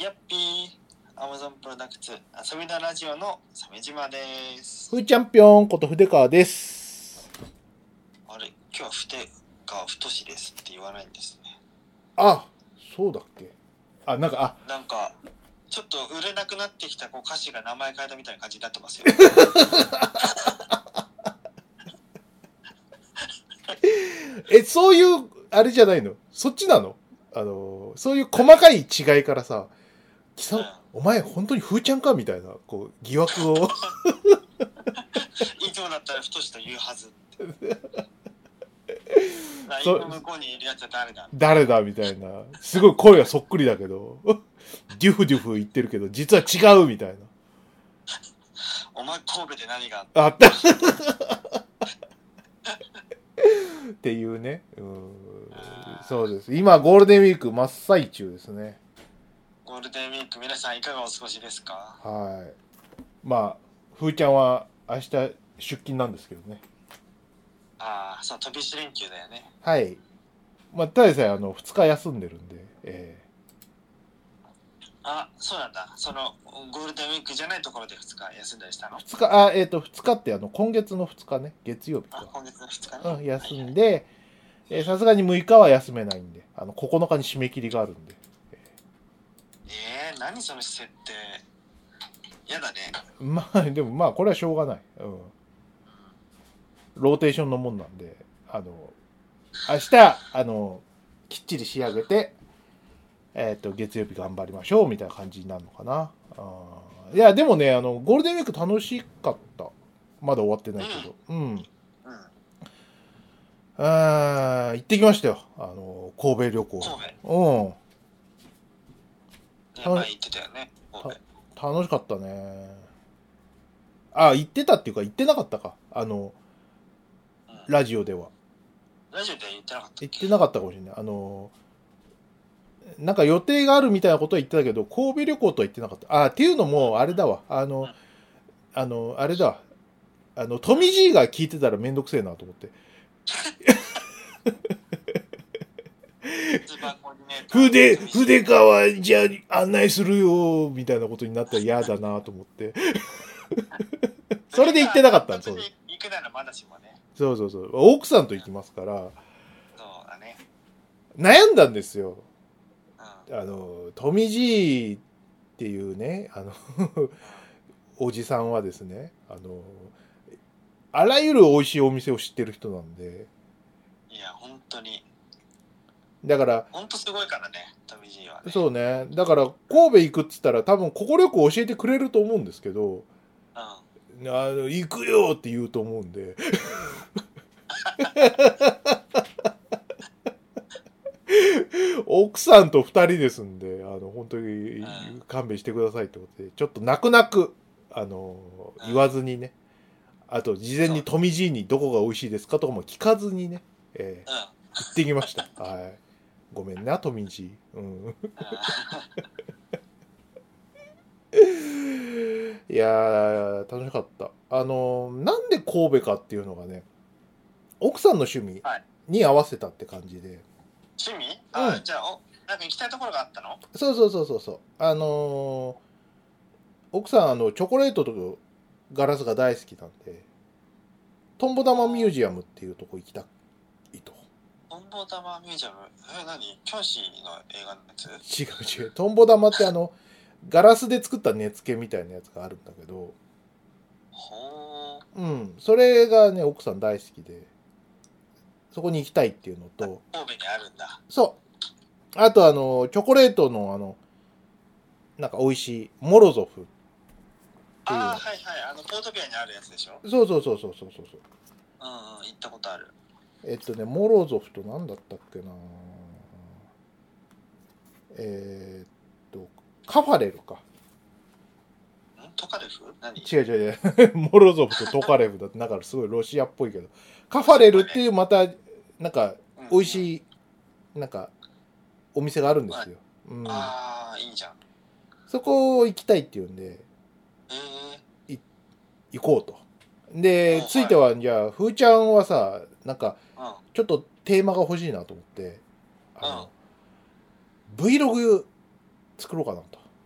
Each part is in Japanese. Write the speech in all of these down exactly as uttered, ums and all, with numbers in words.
やっぴー、アマゾンプロダクツ遊びのラジオの鮫島です。 ふーちゃんぴょんこと筆川です。 あれ、今日は筆川太しですって言わないんですね。 あ、そうだっけ。あ、なんか、 あ、なんかちょっと売れなくなってきたこう歌詞が名前変えたみたいな感じになってますよ。 え、そういうあれじゃないの？そっちなの？あのそういう細かい違いからさ、貴様、うん、お前本当にふーちゃんかみたいなこう疑惑を。 いつもだったら太しと言うはず。そ向こうにいるやつは誰だ誰だみたいな。すごい声はそっくりだけど、デュフデュフ言ってるけど実は違うみたいな。 お前神戸で何があったっていうね。うん、そうです。今ゴールデンウィーク真っ最中ですね。 ゴールデンウィーク皆さんいかがお過ごしですか？ はい。まあふーちゃんは明日出勤なんですけどね。 ああ、そう、飛び石連休だよね。 はい。まあただでさえあのふつか休んでるんで、えー、あ、そうなんだ。そのゴールデンウィークじゃないところでふつか休んだりしたの？ ふつか、あ、えっ、ー、とふつかってあの今月のふつかね、月曜日か。 あ、今月のふつかね。 うん、休んで、さすがにむいかは休めないんで、あのここのかに締め切りがあるんで。 えー、何その設定。やだね。 まあでもまあこれはしょうがない。うん。ローテーションのもんなんで、あの明日あのきっちり仕上げて、えっ、ー、と月曜日頑張りましょうみたいな感じになるのかな。あ、いやでもね、あのゴールデンウィーク楽しかった。まだ終わってないけど。うん。うん、あ、行ってきましたよ。あの神戸旅行。 神戸。 うん。 前行ってたよね。神戸。楽しかったね。あ、行ってたっていうか行ってなかったか。あの、うん、ラジオでは。 ラジオで言ってなかったっけ？ 言ってなかったかもしれない。あの、なんか予定があるみたいなことは言ってたけど、神戸旅行とは言ってなかった。あ、っていうのも、あれだわ。あの、うん、あの、あれだわ。あの、トミジーが聞いてたらめんどくせえなと思って。筆、筆川じゃあ案内するよ、みたいなことになったら嫌だなと思って。それで行ってなかったんです。 行くならまだしもね。 そうそうそう。奥さんと行きますから。 そうだね。 悩んだんですよ。うん、あの、トミジーっていうね、あの、おじさんはですね、あの、あらゆる美味しいお店を知ってる人なんで。 いや、本当に。 だから、 本当すごいからね、トミジーは、ね。 そうね。だから、神戸行くっつったら多分、ここ旅行教えてくれると思うんですけど、うん、あの行くよって言うと思うんで。奥さんとふたりですんで、あの本当に勘弁してくださいってことで、ちょっと泣く泣くあの言わずにね、あと事前にトミジーにどこが美味しいですかとかも聞かずにね、えー、行ってきました。はい。ごめんなトミジー。うん。いやー楽しかった。あのなんで神戸かっていうのがね、奥さんの趣味に合わせたって感じで。 趣味？あ、うん、じゃあおなんか行きたいところがあったの？ そうそうそうそうそう。あのー、奥さんあのチョコレートとガラスが大好きなんで、トンボ玉ミュージアムっていうとこ行きたいと。 トンボ玉ミュージアム？え、何？教師の映画のやつ？ 違う違う。トンボ玉ってあのガラスで作った根付けみたいなやつがあるんだけど、 ほー、うん、それがね奥さん大好きで、そこに行きたいっていうのと、 神戸にあるんだ。 そう。あとあのチョコレートのあのなんか美味しいモロゾフっていう。 ああ、はいはい、あのポートピアにあるやつでしょ？ そうそうそうそうそうそう。 うんうん、行ったことある。 えっとね、モロゾフと何だったっけな、えー、っとカファレルか。 んトカレフ？何？ 違う違う違う。モロゾフとトカレフだって、なんかすごいロシアっぽいけど、カファレルっていうまたなんか美味しいなんかお店があるんですよ。うん、 ああ、いいじゃん。 そこ行きたいっていうんで、 えー、 行こうと。で、ついてはじゃあふーちゃんはさ、なんかちょっとテーマが欲しいなと思って、あの、うん、Vlog 作ろうかなと。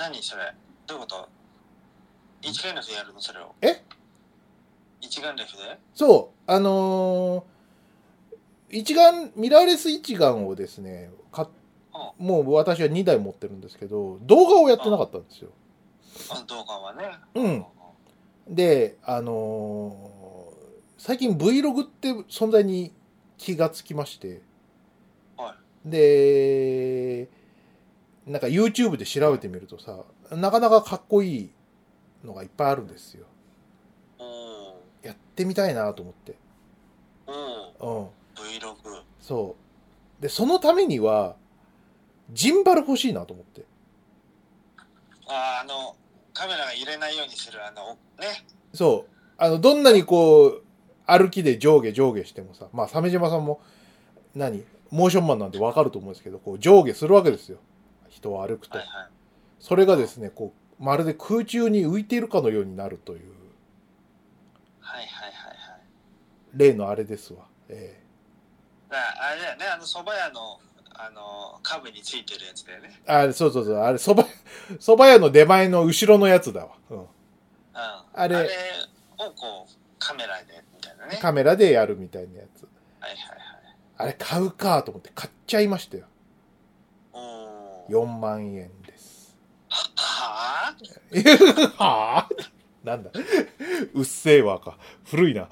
何それどういうこと？一眼レフでやるのそれを？ え一眼レフで？ そうあのー、一眼ミラーレス一眼をですね買っうんもう私はにだい持ってるんですけど動画をやってなかったんですよ。 あ動画はね。 うんであのー、最近 Vlog って存在に気がつきまして、 はでなんか YouTube で調べてみるとさなかなかかっこいいのがいっぱいあるんですよ。 い。おやってみたいなと思って。 おお。 うん。 Vlog。 そうでそのためにはジンバル欲しいなと思って。 ああのカメラが揺れないようにするあのね。 そうあのどんなにこう歩きで上下上下してもさ、まあ鮫島さんも何モーションマンなんてわかると思うんですけど、こう上下するわけですよ。人を歩くと、 はいはい。 それがですねこうまるで空中に浮いているかのようになるというはいはいはいはい。 例のあれですわ。えだからあれだよねあの蕎麦屋のあの株についてるやつだよね。 えあそうそうそうあれそばそば屋の出前の後ろのやつだわ。うん。 うん。 ああれれをこうカメラでみたいなね。 カメラでやるみたいなやつ。 はいはいはい。 あれ買うかと思って買っちゃいましたよ。 おお。 よんまんえんです。 はあ？ はあなんだうっせえわか。古いな。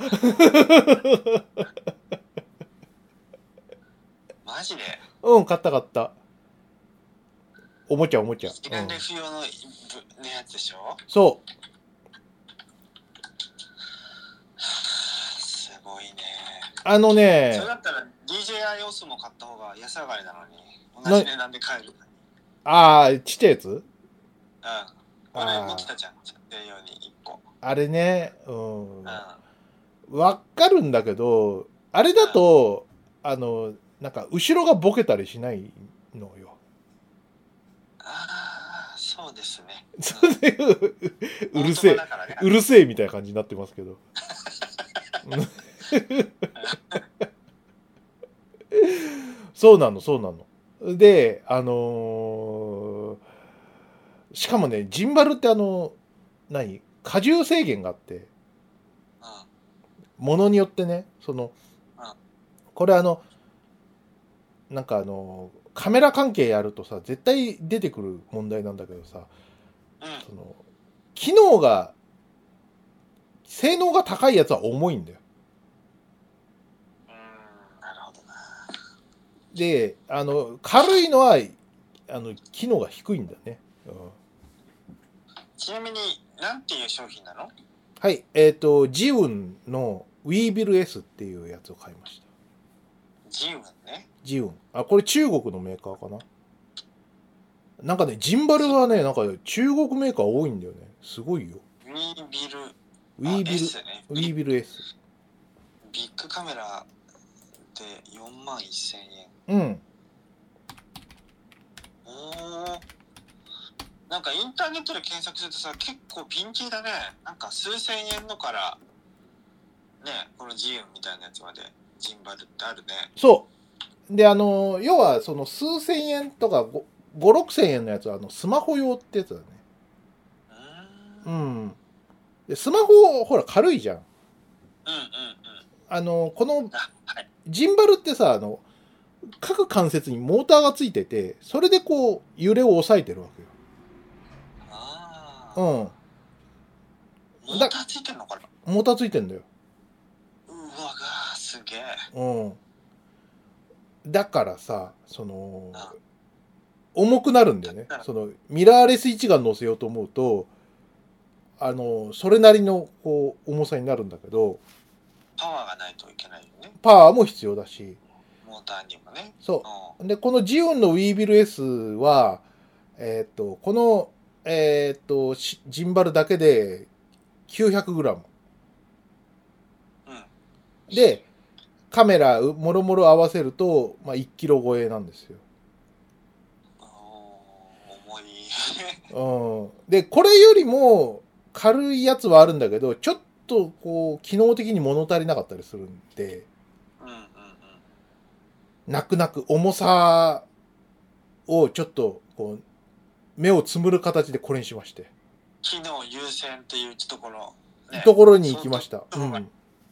マジで？ うん、買った買った。おもちゃおもちゃ。 一眼レうん、 フ用のぶねやつでしょ？ そう。 すごいね。 あのね、 それだったら ディージェーアイ オスも買った方が安上がりなのに同じ値段で買えるのに。 ああ、ちっちゃいやつうん。俺持ってたじゃん。撮影用にいっこ。 あれね、ううん。 ん。わかるんだけど、あれだと、あの、なんか、後ろがボケたりしないのよ。 ああ、そうですね。 うるせえ、うるせえみたいな感じになってますけど。そうなの、そうなの。で、あのーしかもね、ジンバルってあの、何荷重制限があって、ものによってね、その、これあの、なんかあの、カメラ関係やるとさ、絶対出てくる問題なんだけどさ、その、機能が、性能が高いやつは重いんだよ。 うん、なるほどな。 で、あの、軽いのは、あの、機能が低いんだね。うん、 ちなみに、なんていう商品なの？ はい、えっ、ー、と、ジウンの Weebill S っていうやつを買いました。 ジウンね。 ジウン。あ、これ中国のメーカーかな。なんかね、ジンバルはね、なんか中国メーカー多いんだよね。すごいよ。 ウィービル、 ウィービル、 S ね。 ウィービル S。 ビッグカメラでよんまんせんえん。 うん。 おー。なんかインターネットで検索するとさ、結構ピンキリだね。なんか数千円のから、ね、このジウンみたいなやつまで、ジンバルってあるね。 そう。で、あの、要は、その数千円とかご、ろくせんえんのやつは、あの、スマホ用ってやつだね。 うーん。 うん。で、スマホ、ほら、軽いじゃん。 うんうんうん。 あの、この、 あ、はい。 ジンバルってさ、あの、各関節にモーターがついてて、それでこう、揺れを抑えてるわけよ。 ああ。 うん。 モーターついてんのかな？ モーターついてんだよ。 うわがすげえ。 うん。だからさ、その、 あ重くなるんだよね。その、ミラーレス一眼乗せようと思うと、あの、それなりの、こう、重さになるんだけど、 パワーがないといけないよね。 パワーも必要だし、 モーターにもね。 そう。で、このジオンの Weebill S は、えっと、この、えっと、ジンバルだけで きゅうひゃくグラム。 うん。 で、カメラ、もろもろ合わせると、まあ、いちキロ超えなんですよ。 重い。 うん。で、これよりも軽いやつはあるんだけど、ちょっとこう、機能的に物足りなかったりするんで、 うんうんうん。 泣く泣く重さをちょっとこう、 目をつむる形でこれにしまして。 機能優先っていうところ、ね、 ところに行きました。 そうう、 ん。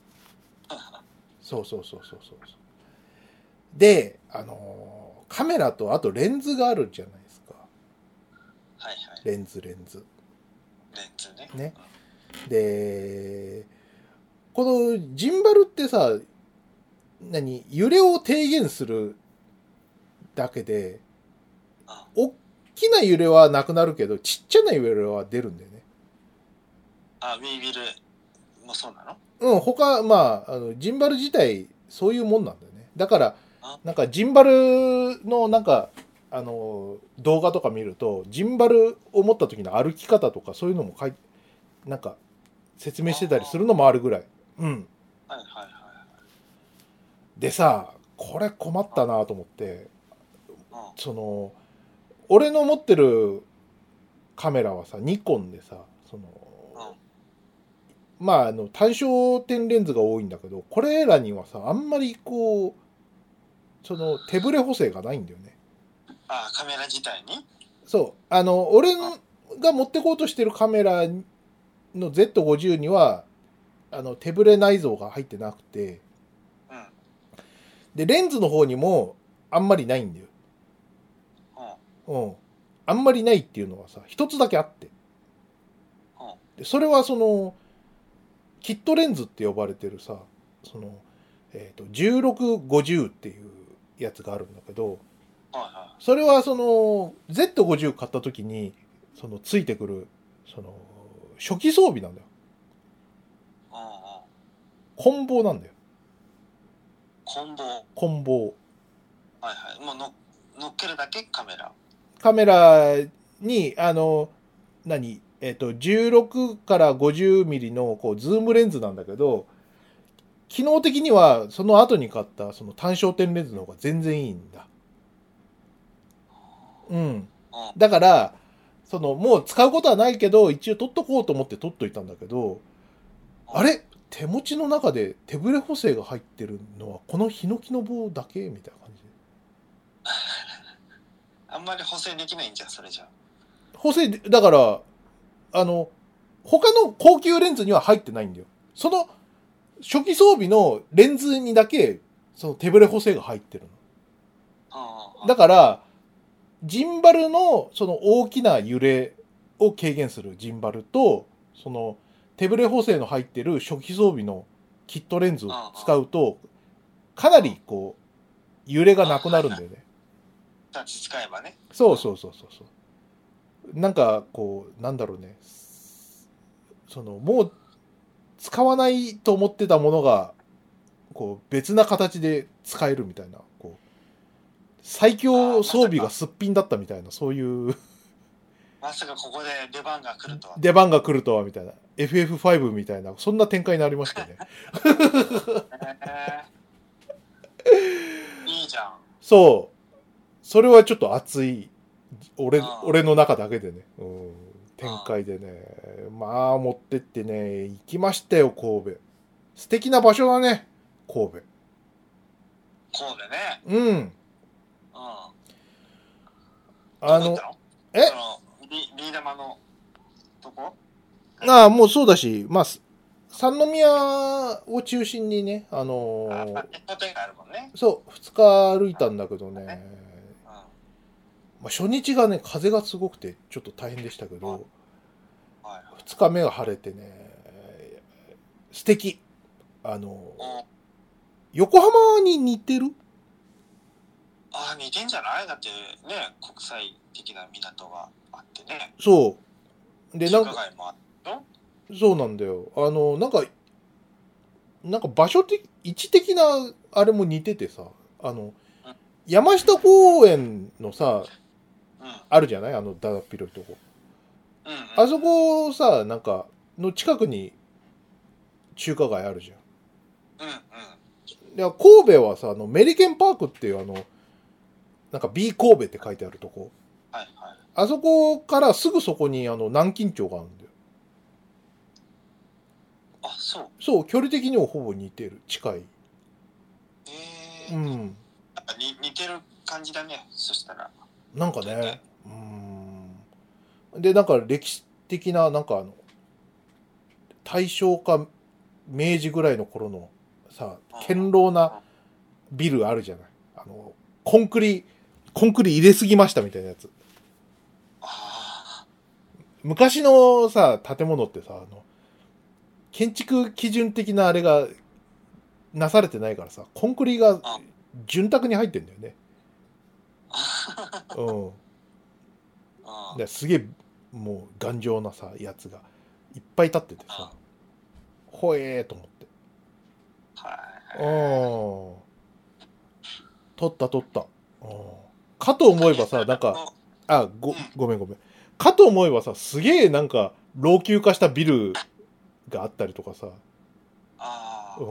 そうそうそうそうそう。で、あのーカメラとあとレンズがあるじゃないですか。 はいはい。 レンズレンズ。 レンズね。 ね。で、このジンバルってさ、何揺れを低減するだけで、大きな揺れはなくなるけど、ちっちゃな揺れは出るんだよね。 あ、ウィービルもそうなの？ うん、他、まあ、あの、ジンバル自体、そういうもんなんだよね。だからあ、 なんか、ジンバルの、なんか、あの、動画とか見ると、ジンバルを持った時の歩き方とか、そういうのも書いなんか、説明してたりするのもあるぐらい。うん。 はいはいはい。 でさ、これ困ったなと思って、 うんその、俺の持ってるカメラはさ、ニコンでさ、その、 うんまあ、あの、単焦点レンズが多いんだけど、これらにはさ、あんまりこう、その、手ブレ補正がないんだよね。 あ、カメラ自体に？ そう。あの、俺が持ってこうとしてるカメラの ゼットごじゅう には、あの、手ブレ内蔵が入ってなくて、 うん。 で、レンズの方にもあんまりないんだよ。 うん。 うん。あんまりないっていうのはさ、一つだけあって。 うん。 で、それはその、キットレンズって呼ばれてるさ、その、えっと、じゅうろくごじゅうっていうやつがあるんだけど、 はいはそれはその、ゼットごじゅう 買った時に、その、ついてくる、その、初期装備なんだよ。 い。うんうん。 コンボなんだよ。 コンボ。はいコンボ。 はい。もうの乗っけるだけカメラ。 カメラに、あの、何えっと、じゅうろくからごじゅうミリの、こう、ズームレンズなんだけど、機能的には、その後に買った、その単焦点レンズの方が全然いいんだ。うん。 うん。 だから、その、もう使うことはないけど、一応取っとこうと思って取っといたんだけど、あれ手持ちの中で手ブレ補正が入ってるのは、このヒノキの棒だけみたいな感じで。 あんまり補正できないんじゃん、それじゃ。 補正、だから、あの、他の高級レンズには入ってないんだよ。その、初期装備のレンズにだけ、その手ブレ補正が入ってるうんうんの。 うん。 だから、ジンバルのその大きな揺れを軽減するジンバルと、その手ブレ補正の入ってる初期装備のキットレンズを使うと、かなりこう、揺れがなくなるんだよね。 ふたつ使えばね。 そうそうそうそうそう。なんかこう、なんだろうね。その、もう使わないと思ってたものが、こう、別な形で使えるみたいな、こう、最強装備がすっぴんだったみたいな、そういうまさかここで出番が来るとは。 出番が来るとは、みたいな。エフエフファイブ みたいな、そんな展開になりましたね。 へーいいじゃん。 そう。それはちょっと熱い。俺、 ああ俺の中だけでね。うん、展開でね。まあ、持ってってね、行きましたよ、神戸。素敵な場所だね、神戸。 こうでね。 うん。 うん。 あのどこ行った、のえそのビビー玉のとこ？ ああ、もうそうだし、まあ、す三宮を中心にね、あのあ、 ーまあ、ネット店があるもんね。 そう、二日歩いたんだけどね、 うん。 まあ、初日がね、風がすごくて、ちょっと大変でしたけど、 はい。 二日目が晴れてね、素敵。あのーお横浜に似てるあ、似てんじゃない？だってね、国際的な港があってね。 そう。で、な中んか、 華街もあってよ。 そうなんだよ。あの、なんか、なんか場所的、位置的なあれも似ててさ、あの、 うん山下公園のさ、 うん。うんあるじゃないあの、だだっ広いとこ。 うん。 あそこさ、なんか、の近くに中華街あるじゃん。 うんうん。 で、神戸はさ、あの、メリケンパークっていうあの、なんか B 神戸って書いてあるとこ。 はいはい。 あそこからすぐそこにあの、南京町があるんだよ。 あ、そう。 そう、距離的にもほぼ似てる。近い。 ええー。 うん。 やっぱに似てる感じだね。そしたら。 なんかね、うーん。 で、なんか歴史的な、なんかあの、大正か明治ぐらいの頃のさ、堅牢なビルあるじゃない。あの、コンクリ、コンクリ入れすぎましたみたいなやつ。 あ昔のさ、建物ってさ、あの、建築基準的なあれがなされてないからさ、コンクリがあ潤沢に入ってんだよね。うん。 あですげえ、もう頑丈なさ、やつがいっぱい立っててさ、ほえーと思って。 はいうん。取った取った。うん。かと思えばさ、なんか、あ、ご、ごめんごめん。かと思えばさ、すげえなんか、老朽化したビルがあったりとかさ、 ああ、 うん。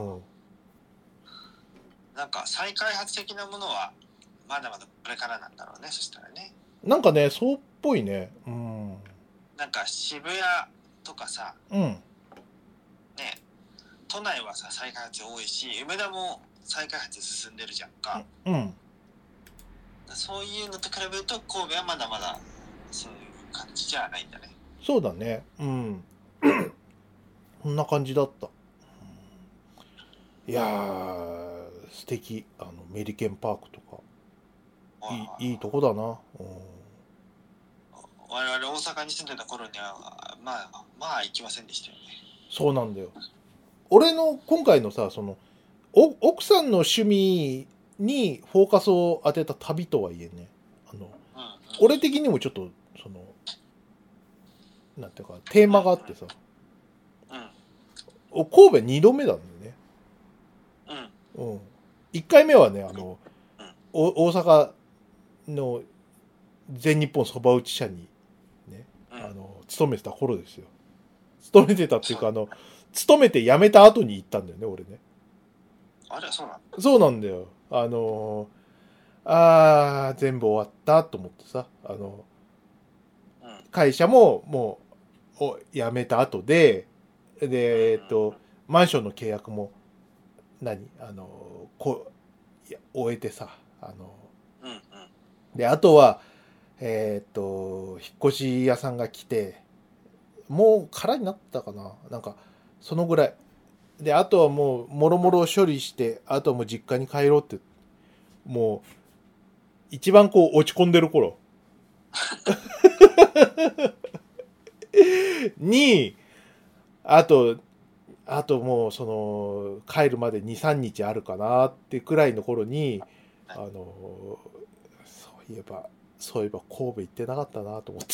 なんか再開発的なものはまだまだこれからなんだろうね。そしたらね、 なんかね、そうっぽいね。うん。 なんか渋谷とかさ、 うん。 ね、都内はさ再開発多いし、梅田も再開発進んでるじゃんか。 うん。 そういうのと比べると神戸はまだまだそういう感じじゃないんだね。 そうだね。うん。こんな感じだった。いやー、素敵。あの、メリケンパークとか。いい、いいとこだな。うん。 我々大阪に住んでた頃にはまあまあ行きませんでしたよね。 そうなんだよ。俺の今回のさ、その、お奥さんの趣味にフォーカスを当てた旅とはいえね、あの、 うんうん、 俺的にもちょっと、その、なんていうか、テーマがあってさ、 うん、 神戸にどめなんだよね。 うん、 うん。いっかいめはね、あの、お大阪の全日本そば打ち社にね、 うん、 あの、勤めてた頃ですよ。勤めてたっていうか、あの、勤めて辞めた後に行ったんだよね、俺ね。 あれそうなんだ。 そうなんだよ。あのー、あー、全部終わったと思ってさ、あの、 うん、 会社ももうお辞めた後で、で、えっと、マンションの契約も、何あの、こう、いや終えてさ、あの、 うん、うん、 で、あとは、えっと、引っ越し屋さんが来て、もう空になったかななんか、そのぐらい。で、あとはもう、もろもろ処理して、あとはもう実家に帰ろうって、もう、一番こう落ち込んでる頃に、あと、あともうその、帰るまでに、さんにちあるかなってくらいの頃に、あの、そういえば、そういえば神戸行ってなかったなと思って。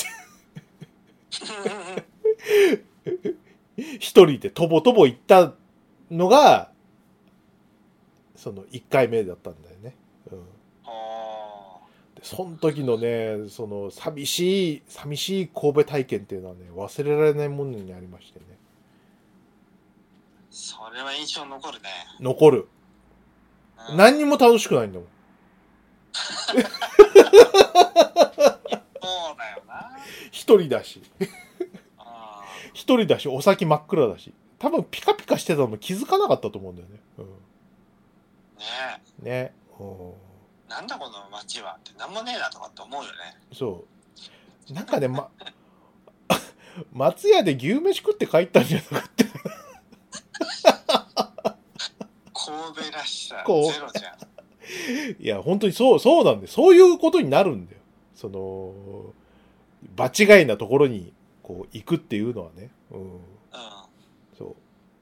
一人でとぼとぼ行ったのが、そのいっかいめだったんだよね。うん。でその時のね、その寂しい、寂しい神戸体験っていうのはね、忘れられないものにありましてね。 それは印象残るね。 残る。 うん、 何にも楽しくないんだもん。 そうだよな。 一人だし。 あ一人だし、お先真っ暗だし。多分ピカピカしてたの気づかなかったと思うんだよね。うん、 ねね。ね。うん、 なんだこの街はってなんもねえなとかって思うよね。 そう。なんかね、ま、松屋で牛飯食って帰ったんじゃなくて。 神戸らしさこうゼロじゃん。 いや、本当にそう、そうなんで、そういうことになるんだよ。その、場違いなところに、こう、行くっていうのはね。うん。 うん、 そう。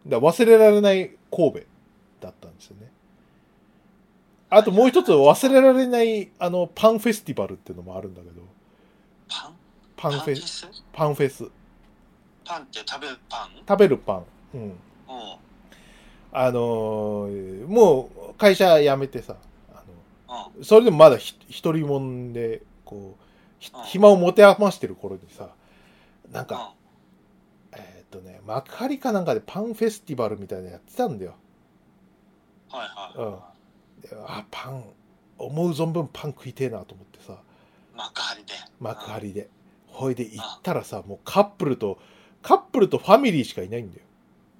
だから忘れられない神戸だったんですよね。あともう一つ忘れられない、あの、パンフェスティバルっていうのもあるんだけど。 パンパンフェス、パンフェス。 パンって食べるパン？ 食べるパン。うん。 うん。 あのー、もう会社辞めてさ、あの、 うん、 それでもまだひ一人もんで、こう、 うん、 暇を持て余してる頃にさ、なんか、 うん、 えーっとね、幕張かなんかでパンフェスティバルみたいなのやってたんだよ。 はいはい、 うん。であ、パン、思う存分パン食いてえなと思ってさ、 幕張で。 幕張で。ほいで行ったらさ、もうカップルと、カップルとファミリーしかいないんだよ。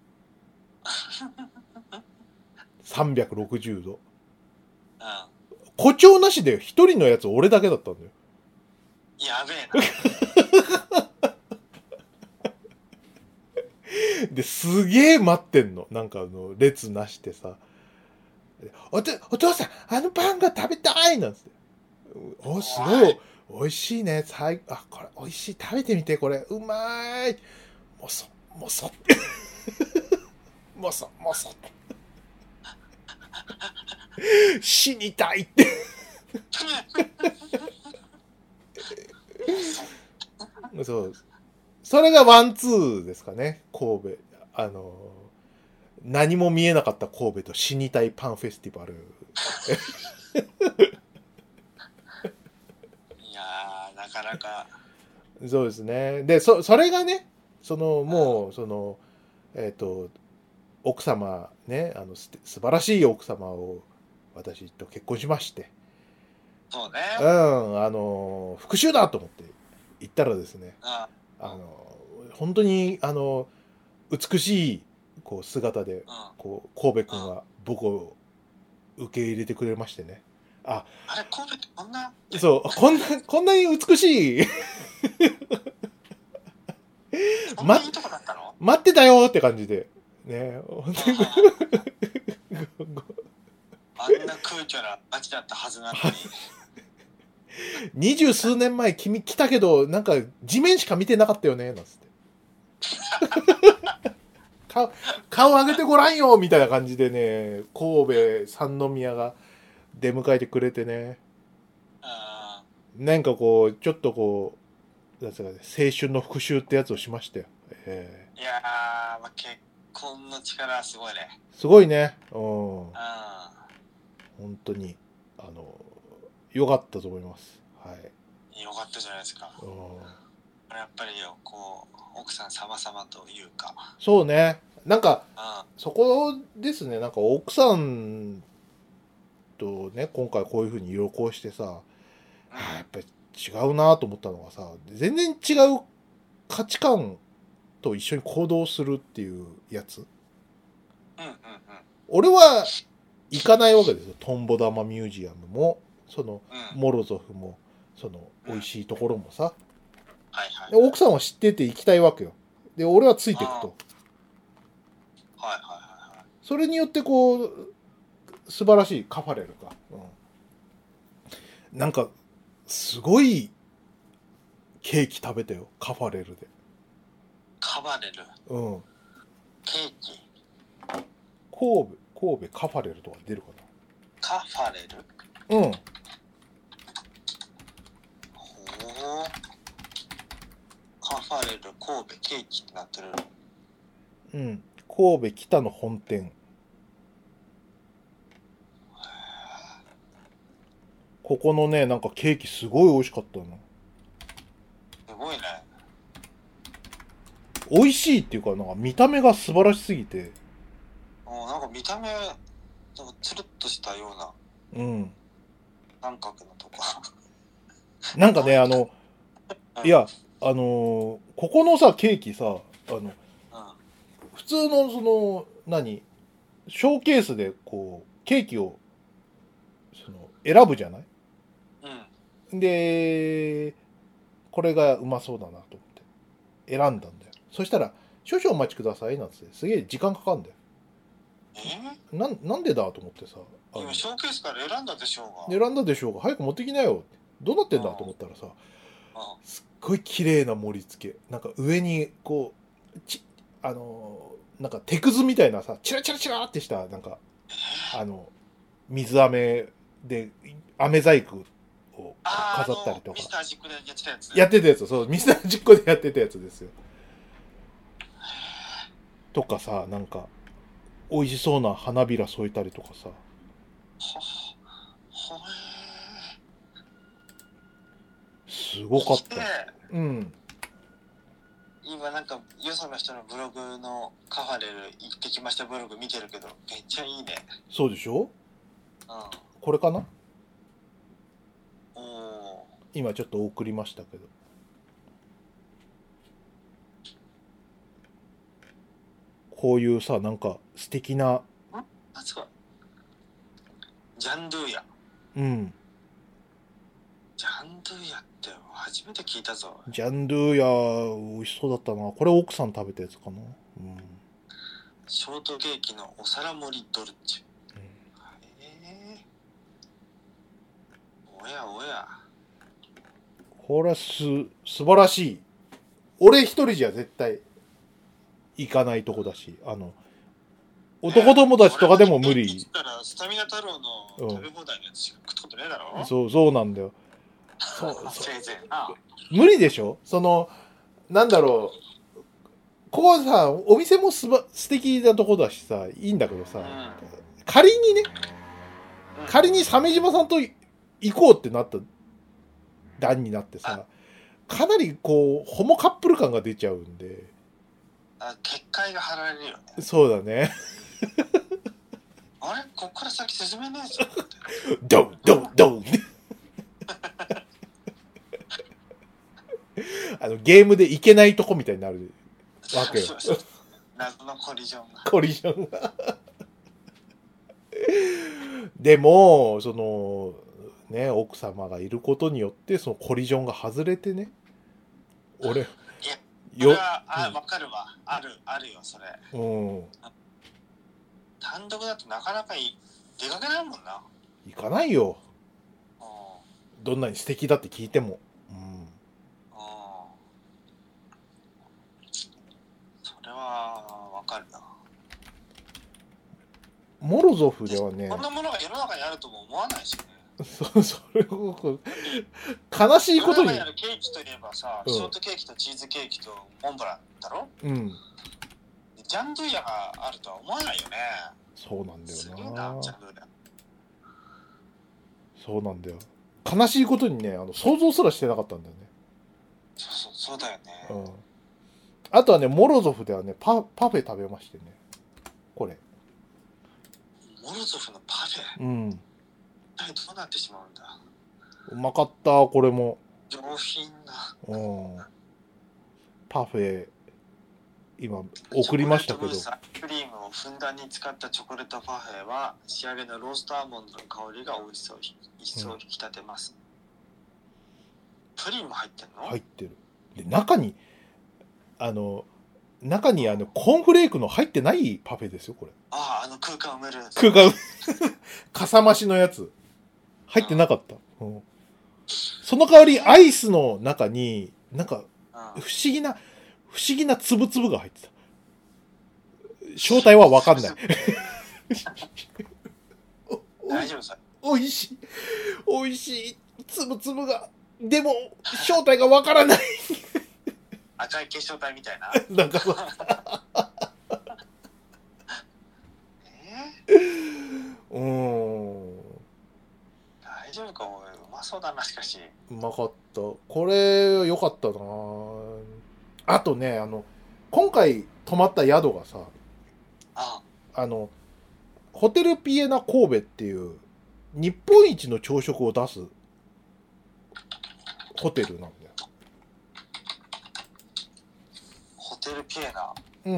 さんびゃくろくじゅうど。 うん。 誇張なしで一人のやつ俺だけだったんだよ。 やべえな。 ですげえ待ってんの。なんかあの、列なしてさ。おとお父さん、あのパンが食べたいなんつって。お、すごい、美味しいね。最あ、これ美味しい。食べてみて、これ。うまーい。もそ、もそ。もそ、もそ。死にたいって。そう。それがワンツーですかね。神戸。あの、何も見えなかった神戸と死にたいパンフェスティバル。 いやー、なかなか。 そうですね。で、そ、それがね、その、もう、その、えっと、奥様ね、あの、す素晴らしい奥様を私と結婚しまして、 そうね。 うん、あの、復讐だと思って行ったらですね、 ああの、本当に、あの、美しい、こう、姿で、 うん。 こう、神戸君は僕を受け入れてくれましてね。あ、 あれ、神戸ってこんなそう、こんな、こんなに美しい、ま、 そんないいとこだったの？ 待ってたよって感じで、ね、本当にあんな空虚な街だったはずなのに。 二十数年前君来たけど、なんか地面しか見てなかったよね、なんつって。顔、顔上げてごらんよみたいな感じでね、神戸三宮が出迎えてくれてね。 あなんかこう、ちょっとこう、なんつうかね、青春の復讐ってやつをしましたよ。えーいやー、まあ、結婚の力はすごいね。 ー、すごいね。うん。本あ当に、あの、良かったと思います。はい。 あ、よかったじゃないですか。 うん、 やっぱりよ、こう、奥さん様々というか。 そうね。なんか、 あそこですね。なんか奥さんとね、今回こういう風に旅行してさ、 あ、 はあ、やっぱり違うなと思ったのがさ、全然違う価値観と一緒に行動するっていうやつ。 うん、うん、うん、うん。 俺は行かないわけですよ。トンボ玉ミュージアムも、その、 うん、 モロゾフも、その、美味しいところもさ。 はいはい。 で奥さんは知ってて行きたいわけよ。で、俺はついていくと。 はいはいはいはい。 それによってこう、素晴らしいカファレルか。うん、なんか、すごいケーキ食べたよ。カファレルで。 カバレル、 うん。 ケーキ、 神戸、神戸カファレルとか出るかカファレル。 な。うん。 ほう。カファレル、神戸、ケーキってなってる。 うん。神戸北の本店。ここのね、なんかケーキすごい美味しかったの。 すごいね。 美味しいっていうか、なんか見た目が素晴らしすぎて。 もうなんか見た目、なんかつるっとしたようなうん。 三角のとこ。 なんかね、あの、 うんいや、あのーここのさ、ケーキさ、あの、 うん、 普通のその、何ショーケースでこう、ケーキを、その、選ぶじゃないうん。 で、これがうまそうだなと思って選んだんだよ。そしたら、少々お待ちくださいなんつって、すげえ時間かかるんだよ。 えなん、なんでだと思ってさ、あの今ショーケースから選んだでしょうが。 選んだでしょうが、早く持ってきなよ。どうなってんだと思ったらさ、 うすっごい綺麗な盛り付け。なんか上に、こう、ち、あのー、なんか手くずみたいなさ、チラチラチラってした、なんか、あの、水飴で、飴細工をあー飾ったりとかあのミス。タージックでやってたやつ。 やってたやつ、そう、ミスターじっこでやってたやつですよ。とかさ、なんか、美味しそうな花びら添えたりとかさ、 ははすごかった。 で、 うん。 今なんかよその人のブログのカファレル行ってきましたブログ見てるけどめっちゃいいね。 そうでしょ？ うん。 これかな？ おお。 今ちょっと送りましたけど。こういうさ、なんか素敵な、 あ、すごい。ジャンドゥーヤ。 うん。 ジャンドゥーヤって初めて聞いたぞ。 ジャンドゥーヤ、美味しそうだったな。これ奥さん食べたやつかな。うん。 ショートケーキのお皿盛りドルチェ。 うん、 えー、おやおや。 これはす素晴らしい。俺一人じゃ絶対行かないとこだし、あの男友達とかでも無理。 スタミナ太郎の食べ放題のやつしか食ったことねえだろ。 そうそうなんだよ。そうそう無理でしょ。そのなんだろう、ここさお店もすば素敵なとこだしさ、いいんだけどさ、うん、仮にね、うん、仮に鮫島さんと行こうってなった段になってさ、かなりこうホモカップル感が出ちゃうんで、 あ、結界が張られるよね。 そうだね。 あれこっから先進めねえぞ。 ドンドンドン。あのゲームで行けないとこみたいになるわけよ。そうそうそう、 謎のコリジョンが。 コリジョンが。でもそのね、奥様がいることによってそのコリジョンが外れてね。俺。いや、 それはあ、分かるわ。あるあるよそれ。 うん。 単独だとなかなかい出かけないもんな。 行かないよ。 うん、 どんなに素敵だって聞いても。うん。 それはわかるな。 モロゾフではね。 こんなものが世の中にあるとも思わないしね。 そそれを悲しいことに。 世の中にあるケーキといえばさ、うん、ショートケーキとチーズケーキとモンブランだろ。 うん。 ジャンドゥイヤがあるとは思わないよね。 そうなんだよな。 すげえな、ジャンドゥイヤ。 そうなんだよ。悲しいことにね、あの想像すらしてなかったんだよね。 そうそうそうだよね。 うん。あとはね、モロゾフではね、パパフェ食べましてね。これ。 モロゾフのパフェ。 うん。 どうなってしまうんだ。 うまかった、これも。 上品な。 うん。パフェ。今送りましたけど、 クリームをふんだんに使ったチョコレートパフェは仕上げのローストアーモンドの香りが美味しそう一層引き立てます、うん、プリンも入ってるの？ 入ってる。で中にあの中にあのコーンフレークの入ってないパフェですよこれ。 ああ、あの空間埋めるやつ。 空間かさ増しのやつ入ってなかった、うん、その代わりアイスの中になんか不思議な不思議なつぶつぶが入ってた。正体は分かんない。 大丈夫さ。 おいしい。おいしい。つぶつぶが。でも、正体が分からない。 赤い結晶体みたいな。 なんかそう。 えー、うーん。 大丈夫かおい。うまそうだな、しかし。 うまかった。これ、良かったな。あとね、あの今回泊まった宿がさ、 ああのホテルピエナ神戸っていう日本一の朝食を出すホテルなんだよ。 ホテルピエナ。 うん。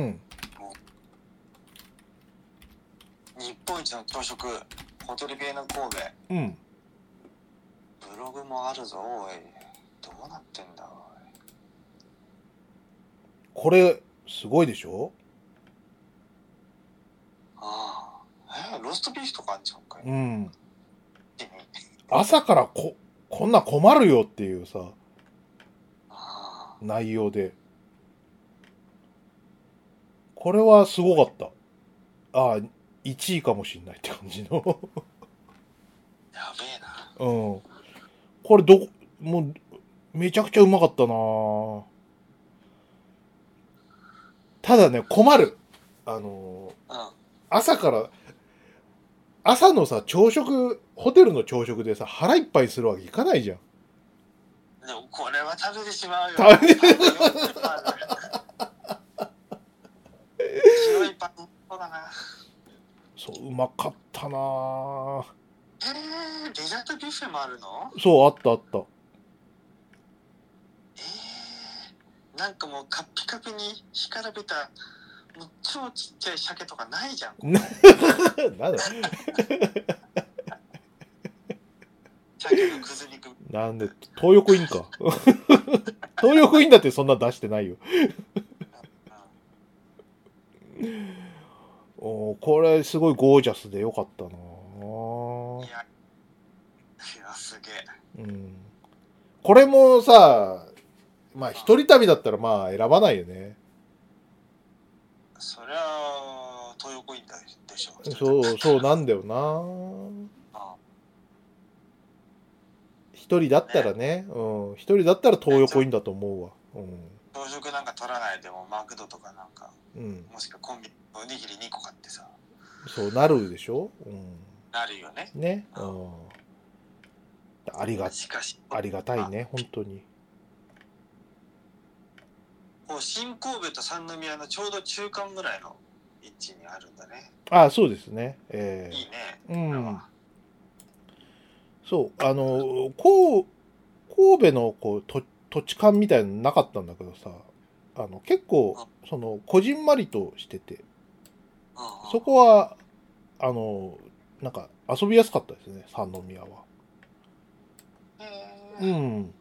日本一の朝食、ホテルピエナ神戸。 うん。 ブログもあるぞおい。どうなってんだおい。 これすごいでしょ。 ああ、えー、ローストビーフとかあるじゃんかい。 うん。朝からここんな困るよっていうさあ内容で、これはすごかった。ああいちいかもしんないって感じのやべえな。 うん。これどこもうめちゃくちゃうまかったな。ただね困る。あのーうん、 朝から朝のさ朝食ホテルの朝食でさ腹いっぱいするわけいかないじゃん。 でもこれは食べてしまうよ。 食べて白いパンそうだな。 そううまかったな。 えー、デザートビュッフェもあるの？ そうあったあった。 えー、なんかもうカッピカピに干からびたもう超ちっちゃい鮭とかないじゃん。 なんだ鮭のくず肉。 なんで東横インか東横インだってそんな出してないよおこれすごいゴージャスでよかったな。 いや、いやすげえ。 うん。これもさ、まあ一人旅だったらまあ選ばないよね。 そりゃ東横インだでしょ。 そうそうなんだよな。 あ一人だったらね、うん、一人だったら東横インだと思うわ。うん。 朝食なんか取らないでもマクドとかなんか、 うん。 もしくはコンビニおにぎりにこ買ってさ、 そうなるでしょ。うん。 なるよね。 ね。うん。ありがしかしありがたいね本当に。 こう新神戸と三宮のちょうど中間ぐらいの位置にあるんだね。 ああそうですね。えー、 いいね。 うん。 これはそうあのこう神戸のこうと土地勘みたいなのなかったんだけどさ、あの結構そのこじんまりとしてて、 うんうん、 そこはあのなんか遊びやすかったですね三宮は。 へーうん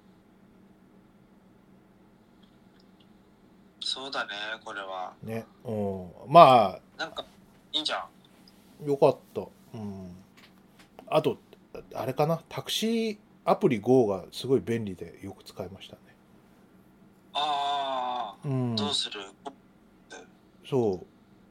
そうだねこれは。 ね、うん、まあなんかいいじゃん。 よかった。うん。あとあれかな、タクシーアプリ ゴー がすごい便利でよく使いましたね。 ああ、 うん。 どうする？ そ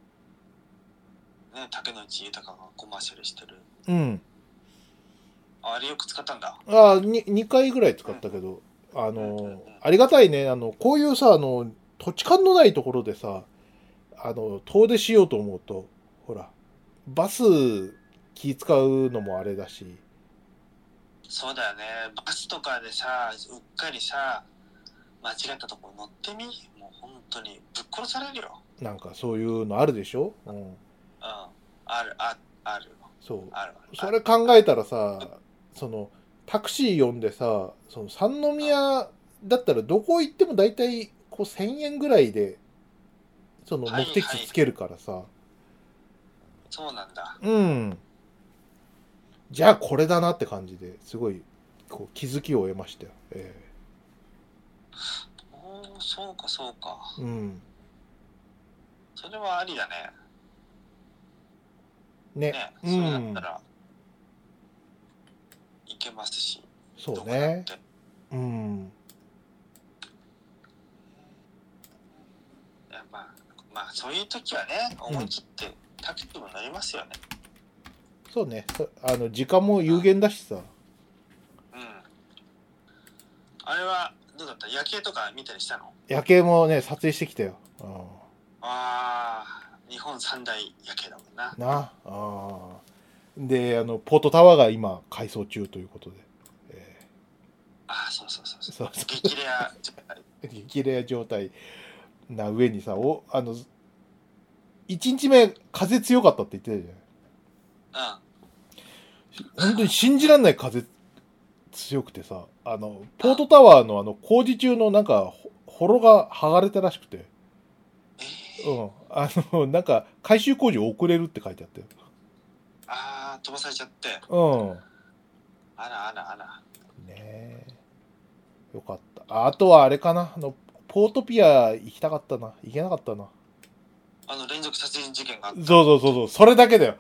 ね、竹野内豊がコマーシャルしてる。 う。うん。 あれよく使ったんだ。 ああ、ににかいぐらい使ったけど、うん、あの、うんうんうん、ありがたいね。あの、こういうさ、あの、土地勘のないところでさ、あの、遠出しようと思うと、ほら、バス気使うのもあれだし。 そうだよね。バスとかでさ、うっかりさ、間違ったところ乗ってみ、もう本当にぶっ殺されるよ。 なんかそういうのあるでしょ。うん。うん。 ある、あ、ある。 そう。 ある。 それ考えたらさ、その、タクシー呼んでさ、その三宮だったらどこ行っても大体こうせんえんぐらいで、その目的地つけるからさ。はいはい、 そうなんだ。 うん。じゃあこれだなって感じですごいこう気づきを得ましたよ。えー、おー、そうかそうか。 うん。それはありだね。 ね。 ね、うん、それだったらいけますし。 そうね。うん。 いやまあまあそういう時はね思い切ってタクシーも乗りますよね。 うん、そうね。あの時間も有限だしさ。うん。 あれはどうだった？夜景とか見たりしたの？ 夜景もね撮影してきたよ。うん、 ああ、日本三大夜景だもんな。 なああ。で、あのポートタワーが今改装中ということで。えー、ああ、そうそうそうそう。 そうそう激レア状態。 激レア状態な上にさ、おあのいちにちめ風強かったって言ってたじゃない。うん。本当に信じられない風強くてさ、あのポートタワーのあの工事中のなんかホロが剥がれたらしくて、 えー、 うん、あのなんか改修工事遅れるって書いてあったよ。 ああ、飛ばされちゃって。 うん。 あらあらあら。 ねえ。よかった。あとはあれかな、あのポートピア行きたかったな。行けなかったな。 あの連続殺人事件があった。 そうそうそうそう、それだけだよ。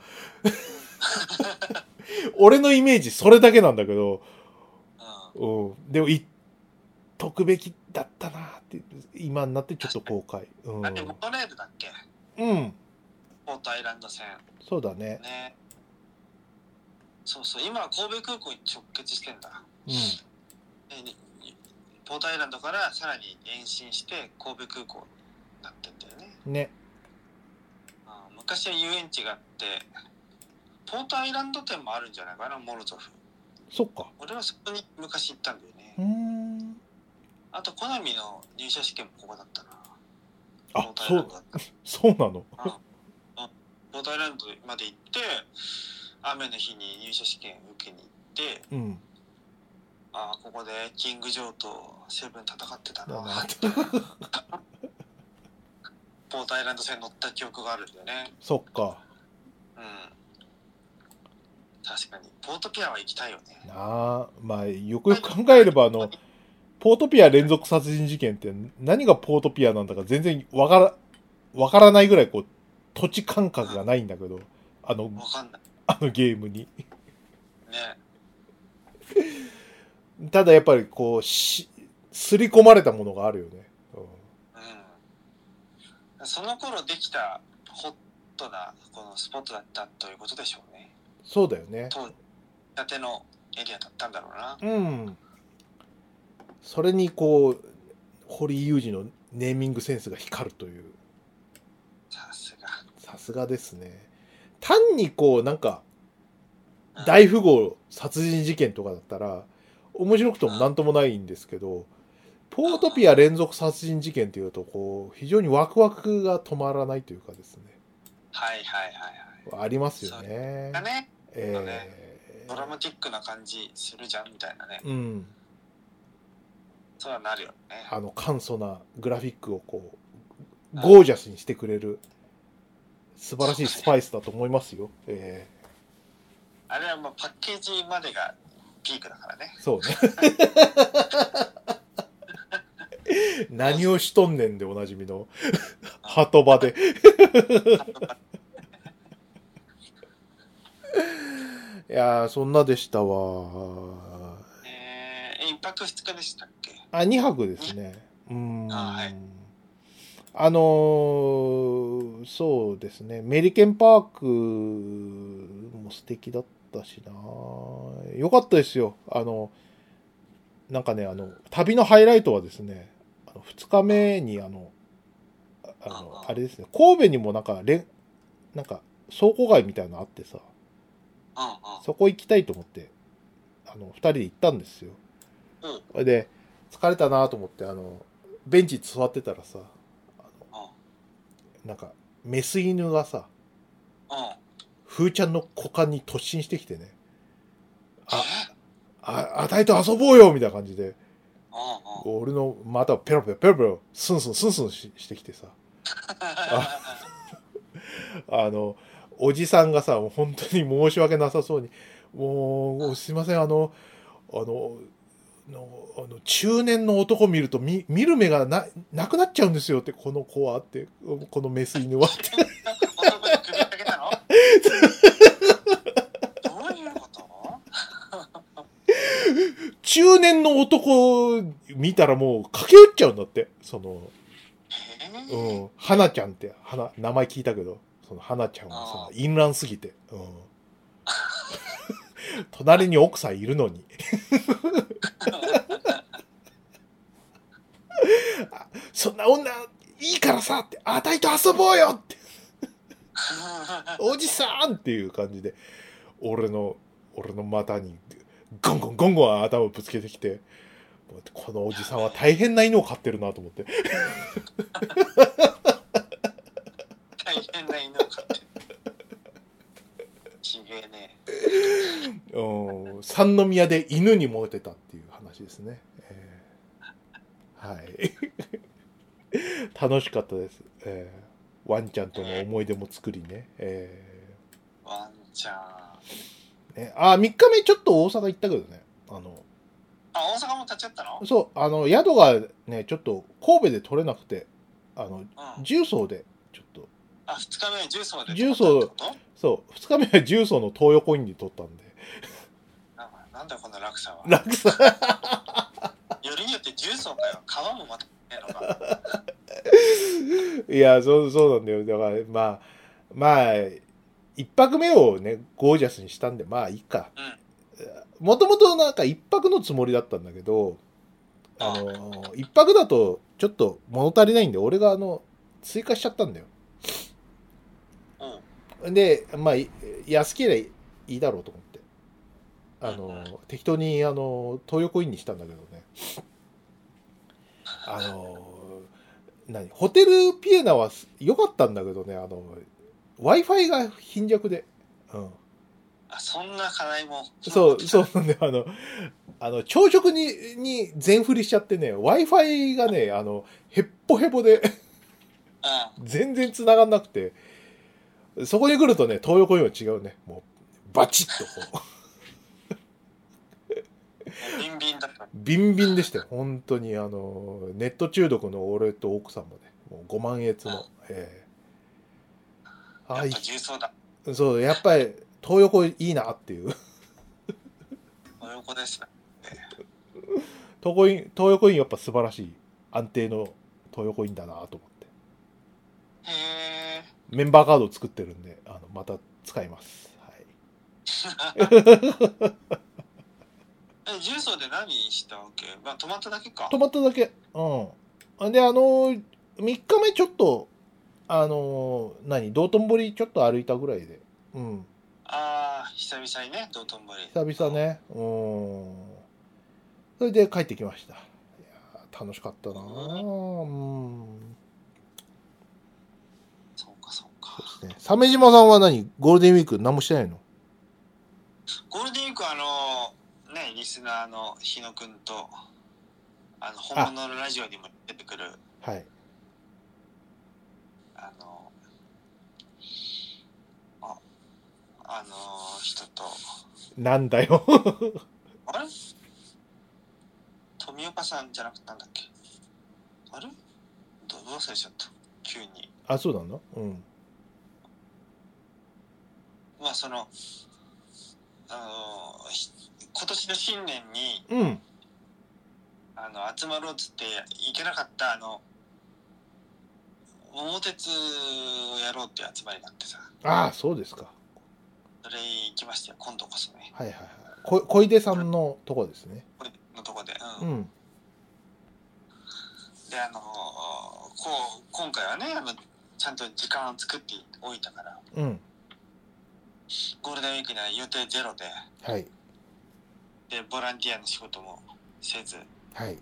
俺のイメージそれだけなんだけど、うん、うん、でも言っとくべきだったなって今になってちょっと後悔。うん、あれモノレールだっけ？ うん。 ポートアイランド線。 そうだね。 ね。そうそう、今は神戸空港に直結してんだ。うん。でポートアイランドからさらに延伸して神戸空港になってんだよね。ね。あ、昔は遊園地があって、ポートアイランド店もあるんじゃないかな、モロゾフ。 そっか。 俺はそこに昔行ったんだよね。 うーん。 あとコナミの入社試験もここだったな。 あ、そう、そうなの。うん、 ポートアイランドまで行って雨の日に入社試験受けに行って、うん、ああここでキング・ジョーとセブン戦ってたなポートアイランド線乗った記憶があるんだよね。 そっか。 うん。確かにポートピアは行きたいよね。 なあ、まあよくよく考えればあのポートピア連続殺人事件って何がポートピアなんだか全然わからわからないぐらいこう土地感覚がないんだけど、あの、 わかんない。 あのゲームに。 ね。 ただやっぱりこう、し、すり込まれたものがあるよね。うん。 うん。その頃できたホットなこのスポットだったということでしょうね。 そうだよね。 当建てのエリアだったんだろうな。 うん。それにこう、堀井雄二のネーミングセンスが光るという。 さすが。 さすがですね。単にこう、なんか、大富豪殺人事件とかだったら、面白くともなんともないんですけど、ポートピア連続殺人事件っていうと、こう、非常にワクワクが止まらないというかですね。 はいはいはいはい。 ありますよね。 だね。 えー、 ドラマティックな感じするじゃんみたいなね。 うん。 そうはなるよね。 あの簡素なグラフィックをこう、ゴージャスにしてくれる、素晴らしいスパイスだと思いますよ。えー、あれはもうパッケージまでがピークだからね。 そうね。何をしとんねんでおなじみのハトバで。いやー、そんなでしたわ。 えー、一泊二日でしたっけ？ あ、二泊ですね。うーん。 あ、はい。 あのー、そうですね。メリケンパークも素敵だったしな。よかったですよ。あの、なんかね、あの、旅のハイライトはですね、あのふつかめにあの、あの、あれですね、神戸にもなんか、れなんか、倉庫街みたいなのあってさ、 うんうん。 そこ行きたいと思って、あの、二人で行ったんですよ。それで、疲れたなと思って、あの、ベンチ座ってたらさ、あのなんか、メス犬がさ、 うん。 ふーちゃんの股間に突進してきてね、あ、あ、あたいと遊ぼうよみたいな感じで、 うんうん。 俺のまたペロペロペロペロ、スンスンスンスンししてきてさ、ああの、おじさんがさ、もう本当に申し訳なさそうに、もう、すいません、あの、あの、のあの中年の男見ると見見る目がななくなっちゃうんですよって、この子はって、このメス犬はって。 男に首かけたの？どういうこと？ 中年の男見たらもう駆け寄っちゃうんだって。その、 えー、 うん、花ちゃんって花名前聞いたけど、その花ちゃんはさ、淫乱すぎて、うん、隣に奥さんいるのにそんな女いいからさって、あたいと遊ぼうよっておじさんっていう感じで、俺の俺の股にゴンゴンゴンゴン頭をぶつけてきて、このおじさんは大変な犬を飼ってるなと思って大変な犬を飼ってる。ちげえね。 うん、三宮で犬にモテたっていう話ですね、えー、はい楽しかったです、えー、ワンちゃんとの思い出も作りね、えー、ワンちゃん、 ね、あみっかめちょっと大阪行ったけどね、あのあ、大阪も立ち会ったの？ そう、あの宿がねちょっと神戸で取れなくて、あの、うん、重曹でちょっと、 あ、ふつかめは重曹で重曹、そう、ふつかめは重曹の東横インに取ったんで、 なんだこの落差は。 落差よりによって重曹かよ。皮もまたねえのか。 いや、そう、そうなんだよ。だから、まあ、まあ、一泊目をね、ゴージャスにしたんで、まあいいか。もともとなんか一泊のつもりだったんだけど、あの、一泊だとちょっと物足りないんで、俺があの、追加しちゃったんだよ。で、まあ、安ければいいだろうと思って。あの、適当に、あの、東横インにしたんだけどね。あの、何ホテルピエナは良かったんだけどね、あの、Wi-Fi が貧弱で。うん。 あ、そんな課題も。 そう、そうなんだよ。あの、あの、朝食に、に全振りしちゃってね、Wi-Fi がね、あの、へっぽへぽで全然繋がんなくて、そこに来るとね、東横インは違うね。もう、バチッとこう。 ビンビンだった。 ビンビンでしたよ。本当に、あの、ネット中毒の俺と奥さんもね、もうごまんえつの、えはいやっぱ重曹だ。 そうやっぱり東横いいなっていう東横ですね。 東横イン東横インやっぱ素晴らしい安定の東横インだなと思ってへえ。 メンバーカードを作ってるんであのまた使います、はい、 え、重曹で何したわけ？まあ止まっただけか。 止まっただけうんであのみっかめちょっとあの何道頓堀ちょっと歩いたぐらいでうんああ、久々にね、道頓堀。 久々ねうんそれで帰ってきました。いや楽しかったなぁ、うん、 そうかそうか。 そうですね。鮫島さんは何ゴールデンウィーク何もしてないの？ ゴールデンウィークはあのね、リスナーの日野くんとあの本物のラジオにも出てくるはいあのああの人となんだよあれ富岡さんじゃなくてなんだっけあれどどう忘れちゃった急に。 あそうなのうんまあそのあの今年の新年にうんあの集まろうっつって行けなかったあの桃鉄をやろうっていう集まりがあってさ、 ああそうですかそれ行きましたよ今度こそね。 はいはいはいこ小出さんのとこですねこれのとこで、 ううん、 んであのこう今回はねあのちゃんと時間を作っておいたからうんゴールデンウィークには予定ゼロではいでボランティアの仕事もせずはい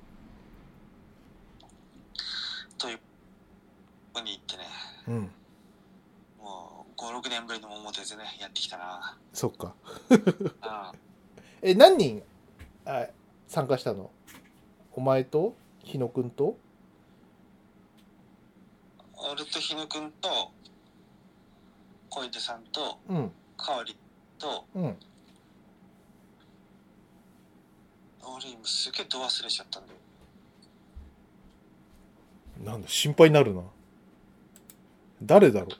というこに行ってね、 うんもうごろくねんぶりの桃鉄ねやってきたな。 そっかうんえ何人あ参加したの？お前と日野くんと俺と日野くんと小出さんとうんかわりとうん俺今すげえど忘れちゃったんだよ。 なんだ心配になるな誰だろう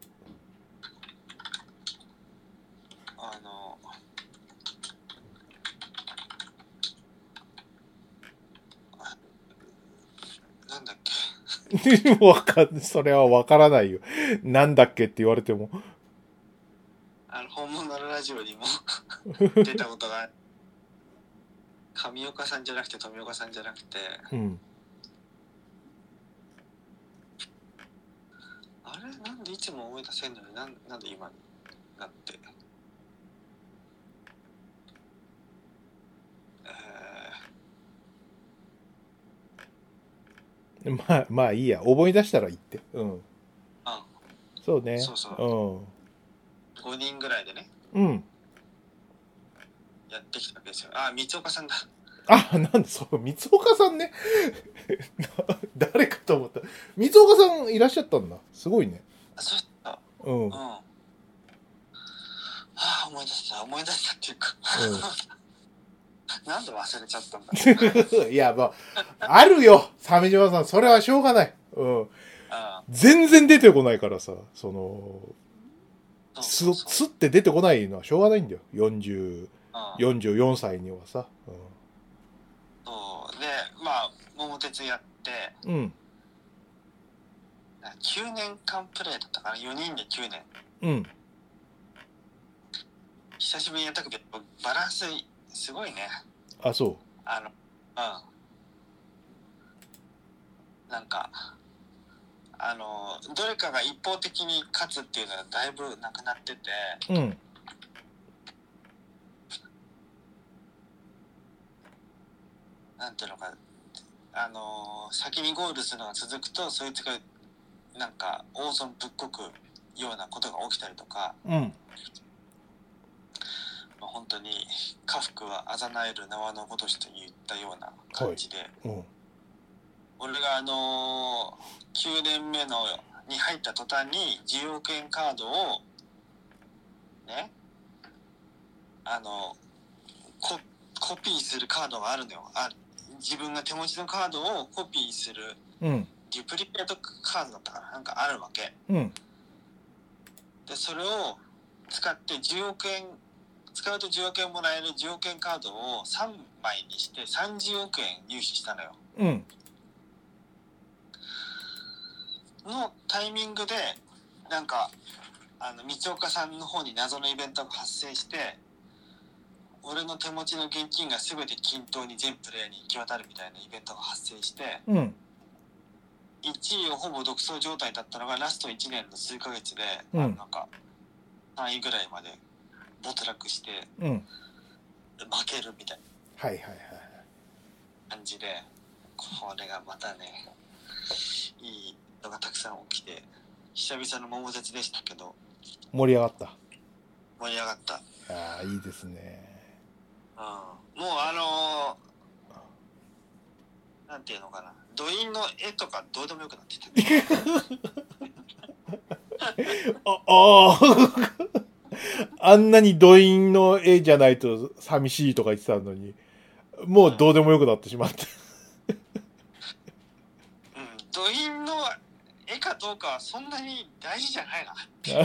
あのあなんだっけわかんそれはわからないよなんだっけって言われてもあの本物のラジオにも出たことがある上岡さんじゃなくて富岡さんじゃなくてうんあれなんでいつも思い出せんのになんなんで今になってえまあまあいいや思い出したら言ってうんあそうねそうそううんごにんぐらいでねうんやってきたわけですよ。あ三岡さんだ。 あなんだそう三岡さんね誰かと思った三岡さんいらっしゃったんだすごいねそうだうんうんうんはあ思い出した思い出したっていうかなんで忘れちゃったんだいやまああるよ鮫島さんそれはしょうがないうんあ全然出てこないからさそのそうすそうそうすって出てこないのはしょうがないんだよよんじゅう、 うんよんじゅうよんさいにはさそうでまあ桃鉄やってうん、うんきゅうねんかんプレイだったかなよにんできゅうねんうん久しぶりにやったけどバランスすごいねあそあのうんなんかあのどれかが一方的に勝つっていうのはだいぶなくなっててううんなんていうのかあの先にゴールするのが続くとそいつがなんか大損ぶっこくようなことが起きたりとか、 うんまあ、本当に家福はあざなえる縄のごとしといったような感じで、 はいうん俺があのきゅうねんめのに入った途端にじゅうおくえんカードをねあの コ, コピーするカードがあるのよ。あ自分が手持ちのカードをコピーするうんデュプリケートカードだったかななんかあるわけうんでそれを使ってじゅうおくえん使うとじゅうおくえんもらえるじゅうおくえんカードをさんまいにしてさんじゅうおくえん入手したのよ。 うんのタイミングでなんかあの道岡さんの方に謎のイベントが発生して、俺の手持ちの現金が全て均等に全プレイヤーに行き渡るみたいなイベントが発生して、 うんいちいをほぼ独走状態だったのがラストいちねんの数ヶ月で、 うん、 あのなんかさんいぐらいまで没落して、 うん、 負けるみたいはいはいはいな感じで、これがまたねいいのがたくさん起きて久々の桃鉄でしたけど盛り上がった。 盛り上がった。 ああいいですね。 うん、もうあのー、なんていうのかな、土印の絵とかどうでもよくなってたあああんなに土印の絵じゃないと寂しいとか言ってたのに、もうどうでもよくなってしまった。 うん、土印の絵かどうかはそんなに大事じゃないな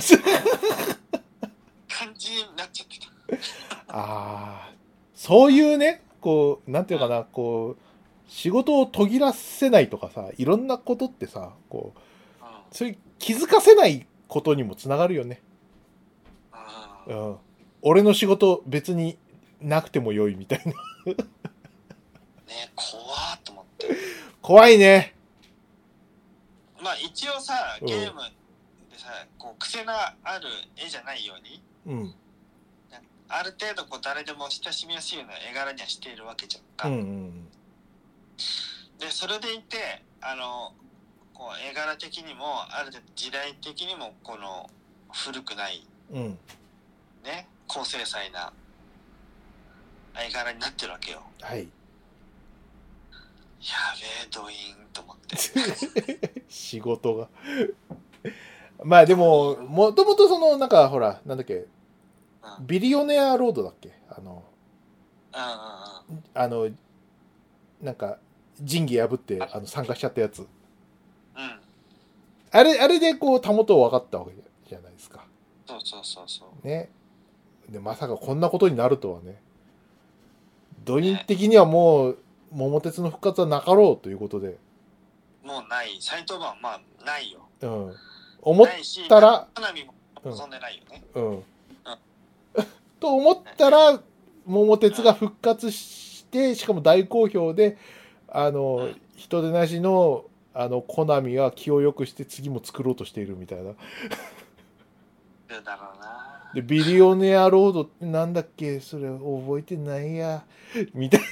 感じになっちゃってたああ、そういうね、こうなんていうかな、こう仕事を途切らせないとかさ、いろんなことってさ、こう、うん、そういう気づかせないことにもつながるよね。うん、俺の仕事別になくてもよいみたいなね、 怖ーっと思って。 怖いね。 まあ一応さ、ゲームでさ、こう癖のある絵じゃないように、うん、ある程度こう誰でも親しみやすいような絵柄にはしているわけじゃんか。うんうん、でそれでいて、あのこう絵柄的にもある程度時代的にもこの古くない、うんね、高精細な絵柄になってるわけよ。はい。やべえドインと思って仕事がまあでももともとそのなんかほらなんだっけ、うん、ビリオネアロードだっけ、あの、うんうんうん、あのなんか仁義破ってあの参加しちゃったやつ、うん、あれあれでこうたもとを分かったわけじゃないですか。 そうそうそうそうね。でまさかこんなことになるとはね。ドイン的にはもう、ね、桃鉄の復活はなかろうということで、 もうない再登板まあないよ、うん、 思ったら花火も望んでないよね、 うんうんうん、と思ったら桃鉄が復活してしかも大好評で、あの、うん、人手なしのあのコナミは気を良くして次も作ろうとしているみたいなだろうな。 でビリオネアロードってなんだっけ、それ覚えてないやみたい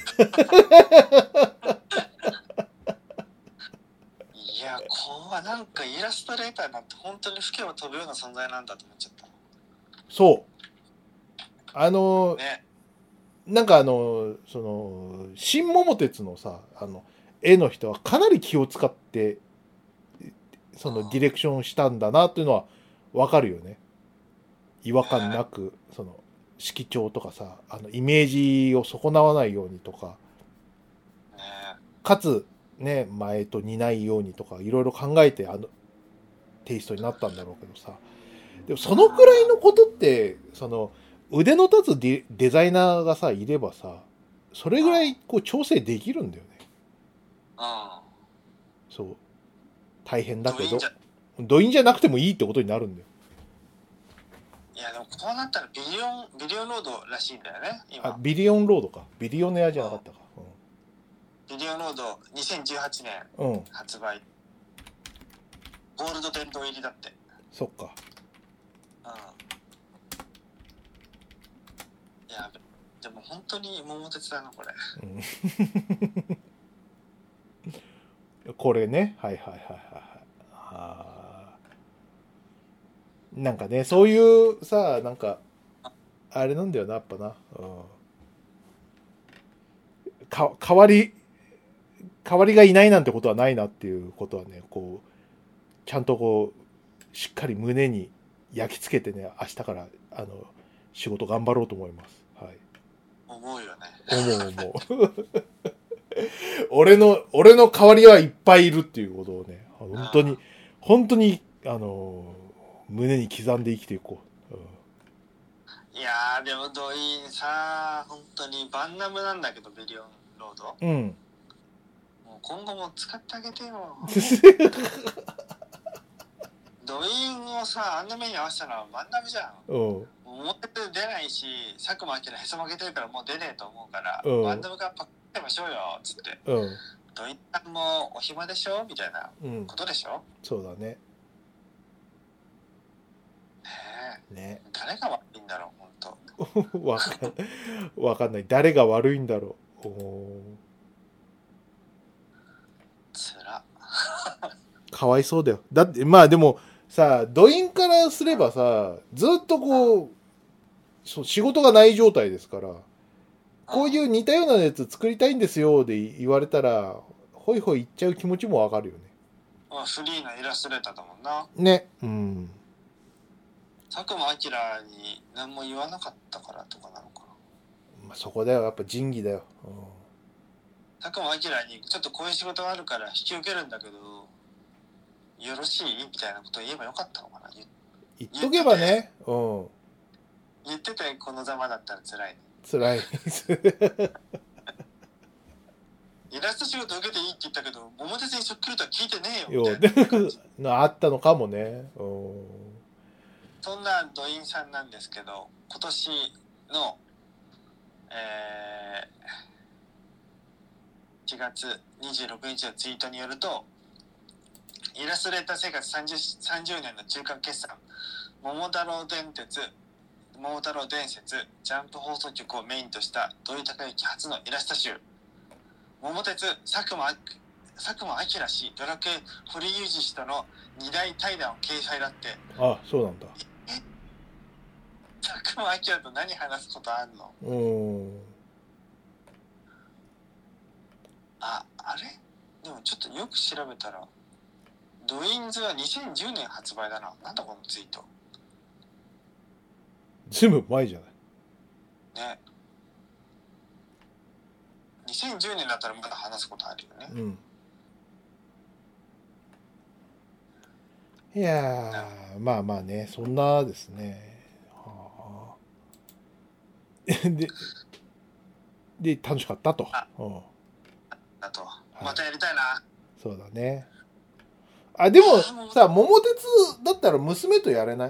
ないやこうはなんかイラストレーターなんて本当に吹けば飛ぶような存在なんだと思っちゃった。 そうあの、ね、なんかあのその新桃鉄のさあの絵の人はかなり気を使ってそのディレクションしたんだなっていうのは分かるよね。違和感なく、その色調とかさ、あのイメージを損なわないようにとか、かつね前と似ないようにとかいろいろ考えてあのテイストになったんだろうけどさ、でもそのくらいのことってその腕の立つディデザイナーがさいればさ、それぐらいこう調整できるんだよね。そう大変だけどドインじゃなくてもいいってことになるんだよ。 いやでもこうなったらビリオンビリオンロードらしいんだよね今。 あビリオンロードか、ビリオネアじゃなかったか、うんビリオンロードにせんじゅうはちねん発売、うん、ゴールド殿堂入りだって。 そっか。 うんいやでも本当に桃鉄だなこれ、 うん、これねはいはいはいはいあなんかねそういうさなんかあれなんだよなやっぱな、うん、か代わり代わりがいないなんてことはないなっていうことはねこうちゃんとこうしっかり胸に焼き付けてね明日からあの仕事頑張ろうと思います。はい。 思うよね。 思う思う。俺の俺の代わりはいっぱいいるっていうことをね本当に本当にあの胸に刻んで生きていこう、うんいやーでもドインさ本当にバンナムなんだけどビリオンロード、 うん、 もう今後も使ってあげてよドインをさあんな目に合わせたのはバンナムじゃん。 うん、 表で出ないし佐久間明へそ曲げてるからもう出ねえと思うから、 うん、 バンナムがパッてましょうよっつって、 うん、 ドインさんもお暇でしょみたいなことでしょ、うん、 そうだね。 ねえ、 ね、 誰が悪いんだろう本当わかんわかんない。誰が悪いんだろう。おつらかわいそうだよ。だってまあでもさ、ドインからすればさ、ずっとこうそう仕事がない状態ですから、こういう似たようなやつ作りたいんですよで言われたらホイホイ言っちゃう気持ちもわかるよね。 まあフリーなイラストレーターだもんな。 ね、うん。 佐久間明に何も言わなかったからとかなのかな。 まあそこだよ、やっぱ仁義だよ。うん、 佐久間明にちょっとこういう仕事があるから引き受けるんだけどよろしいみたいなことを言えばよかったのかな。 言っとけばね。うん。 言っててこのざまだったら辛いね。 辛いイラスト仕事受けていいって言ったけど桃鉄にそっくりとは聞いてねえよみたいな感じあったのかもね。うん、 そんなドインさんなんですけど今年の、えー、しがつにじゅうろくにちのツイートによるとイラストレーター生活 30, さんじゅうねんの中間決算桃太郎電鉄桃太郎伝説ジャンプ放送局をメインとした土井孝之初のイラスト集桃鉄佐久間佐久間明氏ドラクエ堀裕二氏とのに大対談を掲載だって。 あ、そうなんだ。 佐久間明と何話すことあんの。 うん。 あ、あれでもちょっとよく調べたらドインズはにせんじゅうねん発売だな。なんだこのツイート。 ずいぶん前じゃないね。にせんじゅうねんだったらまだ話すことあるよね。 うん。いやー、まあまあね、そんなですね。はあ、で、で、楽しかったと。 あ、 うん、 だと。またやりたいな。はい、 そうだね。あ、でもさ、桃鉄だったら娘とやれない？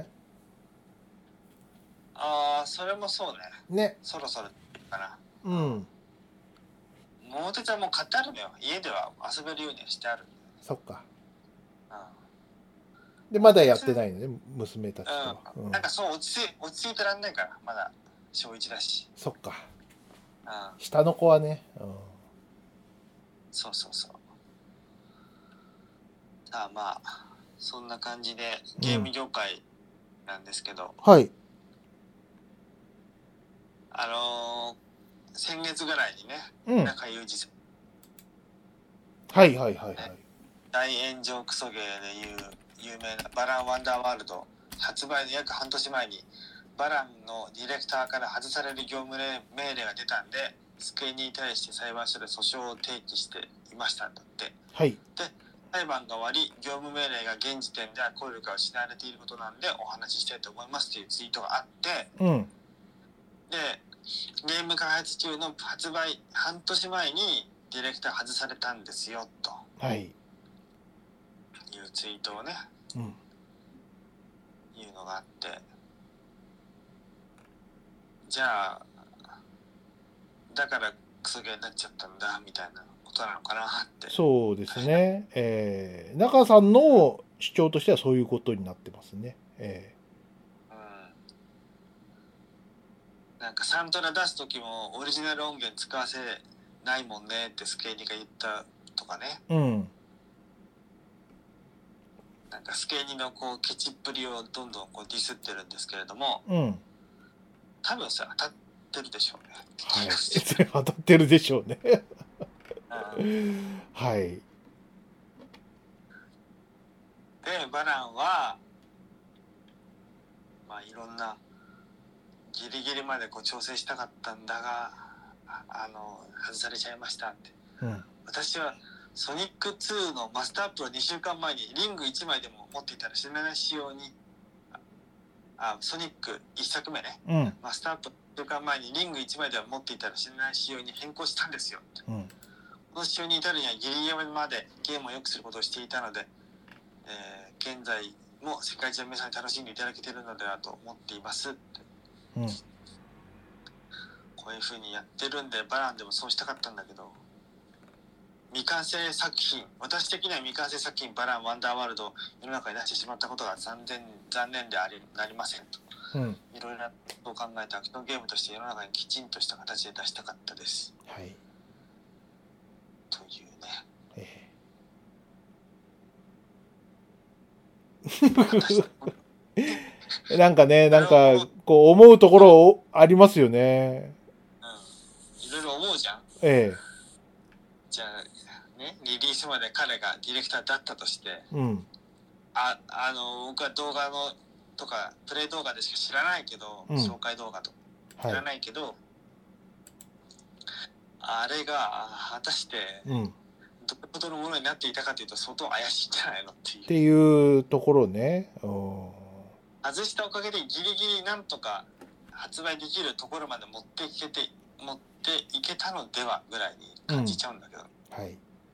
ああ、それもそうね。 ね。 そろそろかな。 うん。 桃鉄はもう買ってあるのよ。家では遊べるようにはしてある。 そっか。 うん、 で、まだやってないのね、娘たちとは。 うんうん、なんかそう落ち着い、落ち着いてらんないから、まだ小いちだし。 そっか。 うん、 下の子はね。うん、 そうそうそう。さあまあ、そんな感じでゲーム業界なんですけど。 うん、はい。 あのー、先月ぐらいにね、 うん、 中裕二さん。 はいはいはいはい。ね、 大炎上クソゲーでいう有名なバランワンダーワールド発売の約半年前にバランのディレクターから外される業務命令が出たんでスクエニに対して裁判所で訴訟を提起していましたんだって。 はい。 で裁判が終わり業務命令が現時点では効力が失われていることなんでお話ししたいと思いますというツイートがあって、 うん、 でゲーム開発中の発売半年前にディレクター外されたんですよと、 はい、いうツイートをね、 うん、 いうのがあって、じゃあだからクソゲーになっちゃったんだみたいなことなのかなって。そうですね、 えー、中さんの主張としてはそういうことになってますね。えーうん、なんかサントラ出す時もオリジナル音源使わせないもんねってスケニが言ったとかね、 うん、 なんかスケニのこうケチっぷりをどんどんこうディスってるんですけれども、 うん、 多分さ当たってるでしょうね。 はい、当たってるでしょうね。 うん、 はい。 でバランはまあいろんなギリギリまでこう調整したかったんだがああの外されちゃいましたって、 うん、 私はソニックツーのマスターアップをにしゅうかんまえにリングいちまいでも持っていたら死なない仕様にあソニックいっさくめね、 うん。 マスターアップいっしゅうかんまえにリングいちまいでは持っていたら知らない仕様に変更したんですよ。 うん。 この仕様に至るにはギリギリまでゲームを良くすることをしていたので、えー、現在も世界中の皆さんに楽しんでいただけているのではと思っていますって。 うん。 こういう風にやってるんで、バランでもそうしたかったんだけど、未完成作品、私的には未完成作品バランワンダーワールドを世の中に出してしまったことが残念残念でありなりませんと、 うん、 いろいろなことを考えてアクションゲームとして世の中にきちんとした形で出したかったです。 はい。 というね。 ええ、なんかね、なんかこう思うところありますよね。 うん。いろいろ思うじゃん。 ええ。 じゃあね、リリースまで彼がディレクターだったとして、 うん。 ああの僕は動画のとかプレイ動画でしか知らないけど、うん、紹介動画とか知らないけど、はい、あれが果たしてどれほどのものになっていたかというと相当怪しいんじゃないのっていう。 っていうところね。 外したおかげでギリギリなんとか発売できるところまで持っていけて持っていけたのではぐらいに感じちゃうんだけど、うん、はい。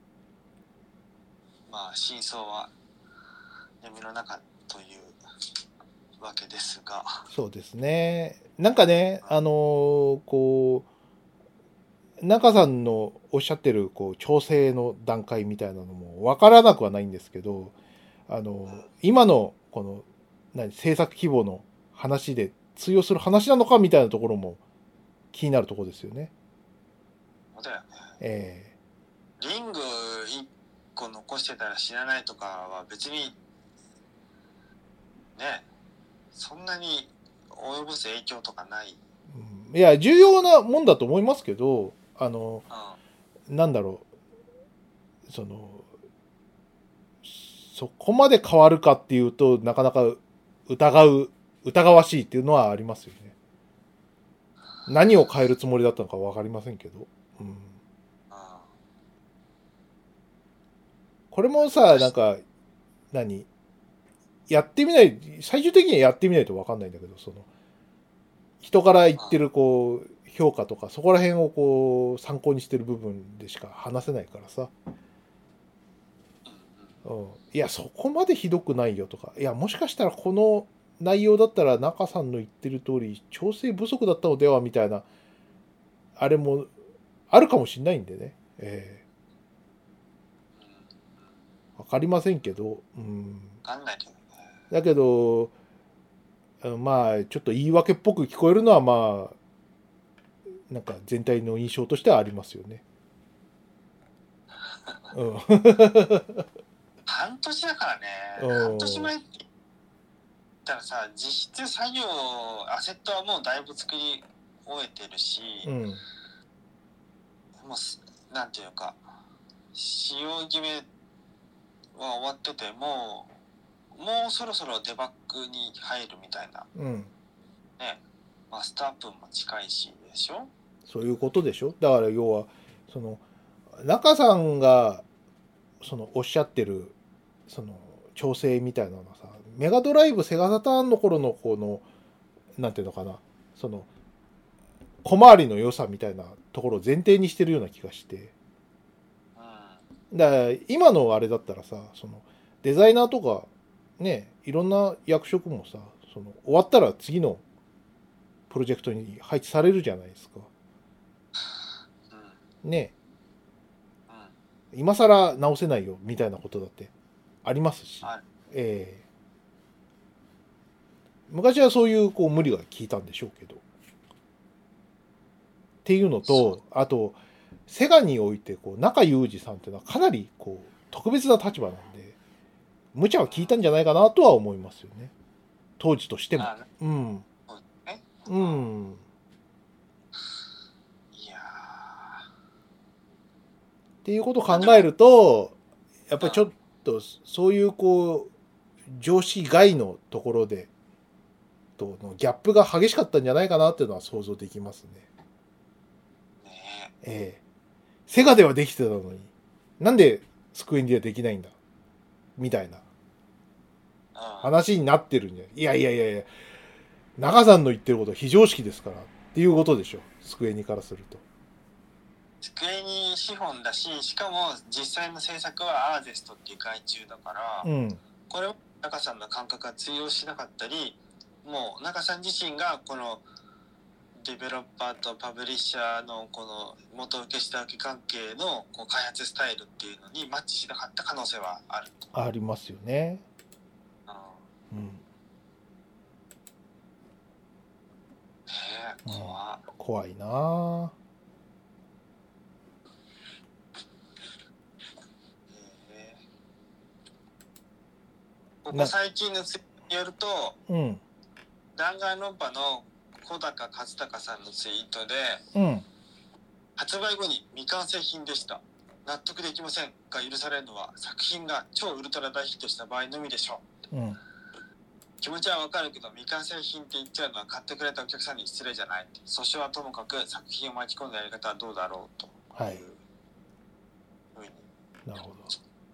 まあ真相は闇の中というわけですが。 そうですね。なんかね、あのー、こう中さんのおっしゃってるこう調整の段階みたいなのも分からなくはないんですけど、あの、うん、今のこの何制作規模の話で通用する話なのかみたいなところも気になるところですよね。 そうだよね。 えー、リングいっこ残してたら死なないとかは別にね、そんなに及ぼす影響とかない。 うん、いや重要なもんだと思いますけど、あの、うん、なんだろう、そのそこまで変わるかっていうとなかなか疑う疑わしいっていうのはありますよね。何を変えるつもりだったのか分かりませんけど、うん、これもさ、なんか何やってみない最終的にはやってみないと分かんないんだけど、その人から言ってるこう評価とかそこら辺をこう参考にしてる部分でしか話せないからさ、うん、いやそこまでひどくないよとか、いやもしかしたらこの内容だったら中さんの言ってる通り調整不足だったのではみたいなあれもあるかもしれないんでね、えー、分かりませんけど、うん、 分かんないけどね。 だけどまあちょっと言い訳っぽく聞こえるのはまあなんか全体の印象としてはありますよね。うん、 半年だからね。半年前って言ったらさ、実質作業アセットはもうだいぶ作り終えてるし、うん、もうなんていうか仕様決めは終わっててもうもうそろそろデバッグに入るみたいな、うん、ね、マスターアップも近いしでしょ。 そういうことでしょ。だから要はその中さんがそのおっしゃってるその調整みたいなのはさ、メガドライブセガサターンの頃のこのなんていうのかな、その小回りの良さみたいなところを前提にしてるような気がして、うん、だから今のあれだったらさ、そのデザイナーとかね、いろんな役職もさ、その終わったら次のプロジェクトに配置されるじゃないですか。ね、今更直せないよみたいなことだってありますし、はい、えー、昔はそういうこう無理が効いたんでしょうけどっていうのと、あとセガにおいてこう中裕二さんっていうのはかなりこう特別な立場なんで無茶は効いたんじゃないかなとは思いますよね、当時としても。うん、うん、いやっていうことを考えるとやっぱりちょっとそういうこう上司外のところでとのギャップが激しかったんじゃないかなっていうのは想像できますね。ええ、セガではできてたのになんでスクエニではできないんだみたいな話になってるんじゃない。いやいやいやいや、 中さんの言ってることは非常識ですからっていうことでしょ、スクエニからすると。 スクエニ資本だし、しかも実際の制作はアーゼストっていう外注だから、 うん、 これは中さんの感覚が通用しなかったり、もう中さん自身がこのデベロッパーとパブリッシャーのこの元請け下請け関係のこう開発スタイルっていうのにマッチしなかった可能性はあると。 ありますよね。 うん、 うん、 ねえ、怖、 うん、怖いなぁ。 えー、ここ最近のツイートによると、 うん、 弾丸論破の小高和孝さんのツイートで、 うん、 発売後に未完成品でした、納得できませんが許されるのは作品が超ウルトラ大ヒットした場合のみでしょう。 うん、 気持ちはわかるけど未完成品って言っちゃうのは買ってくれたお客さんに失礼じゃない。訴訟はともかく作品を巻き込んだやり方はどうだろうというふうに、 なるほど。 うん、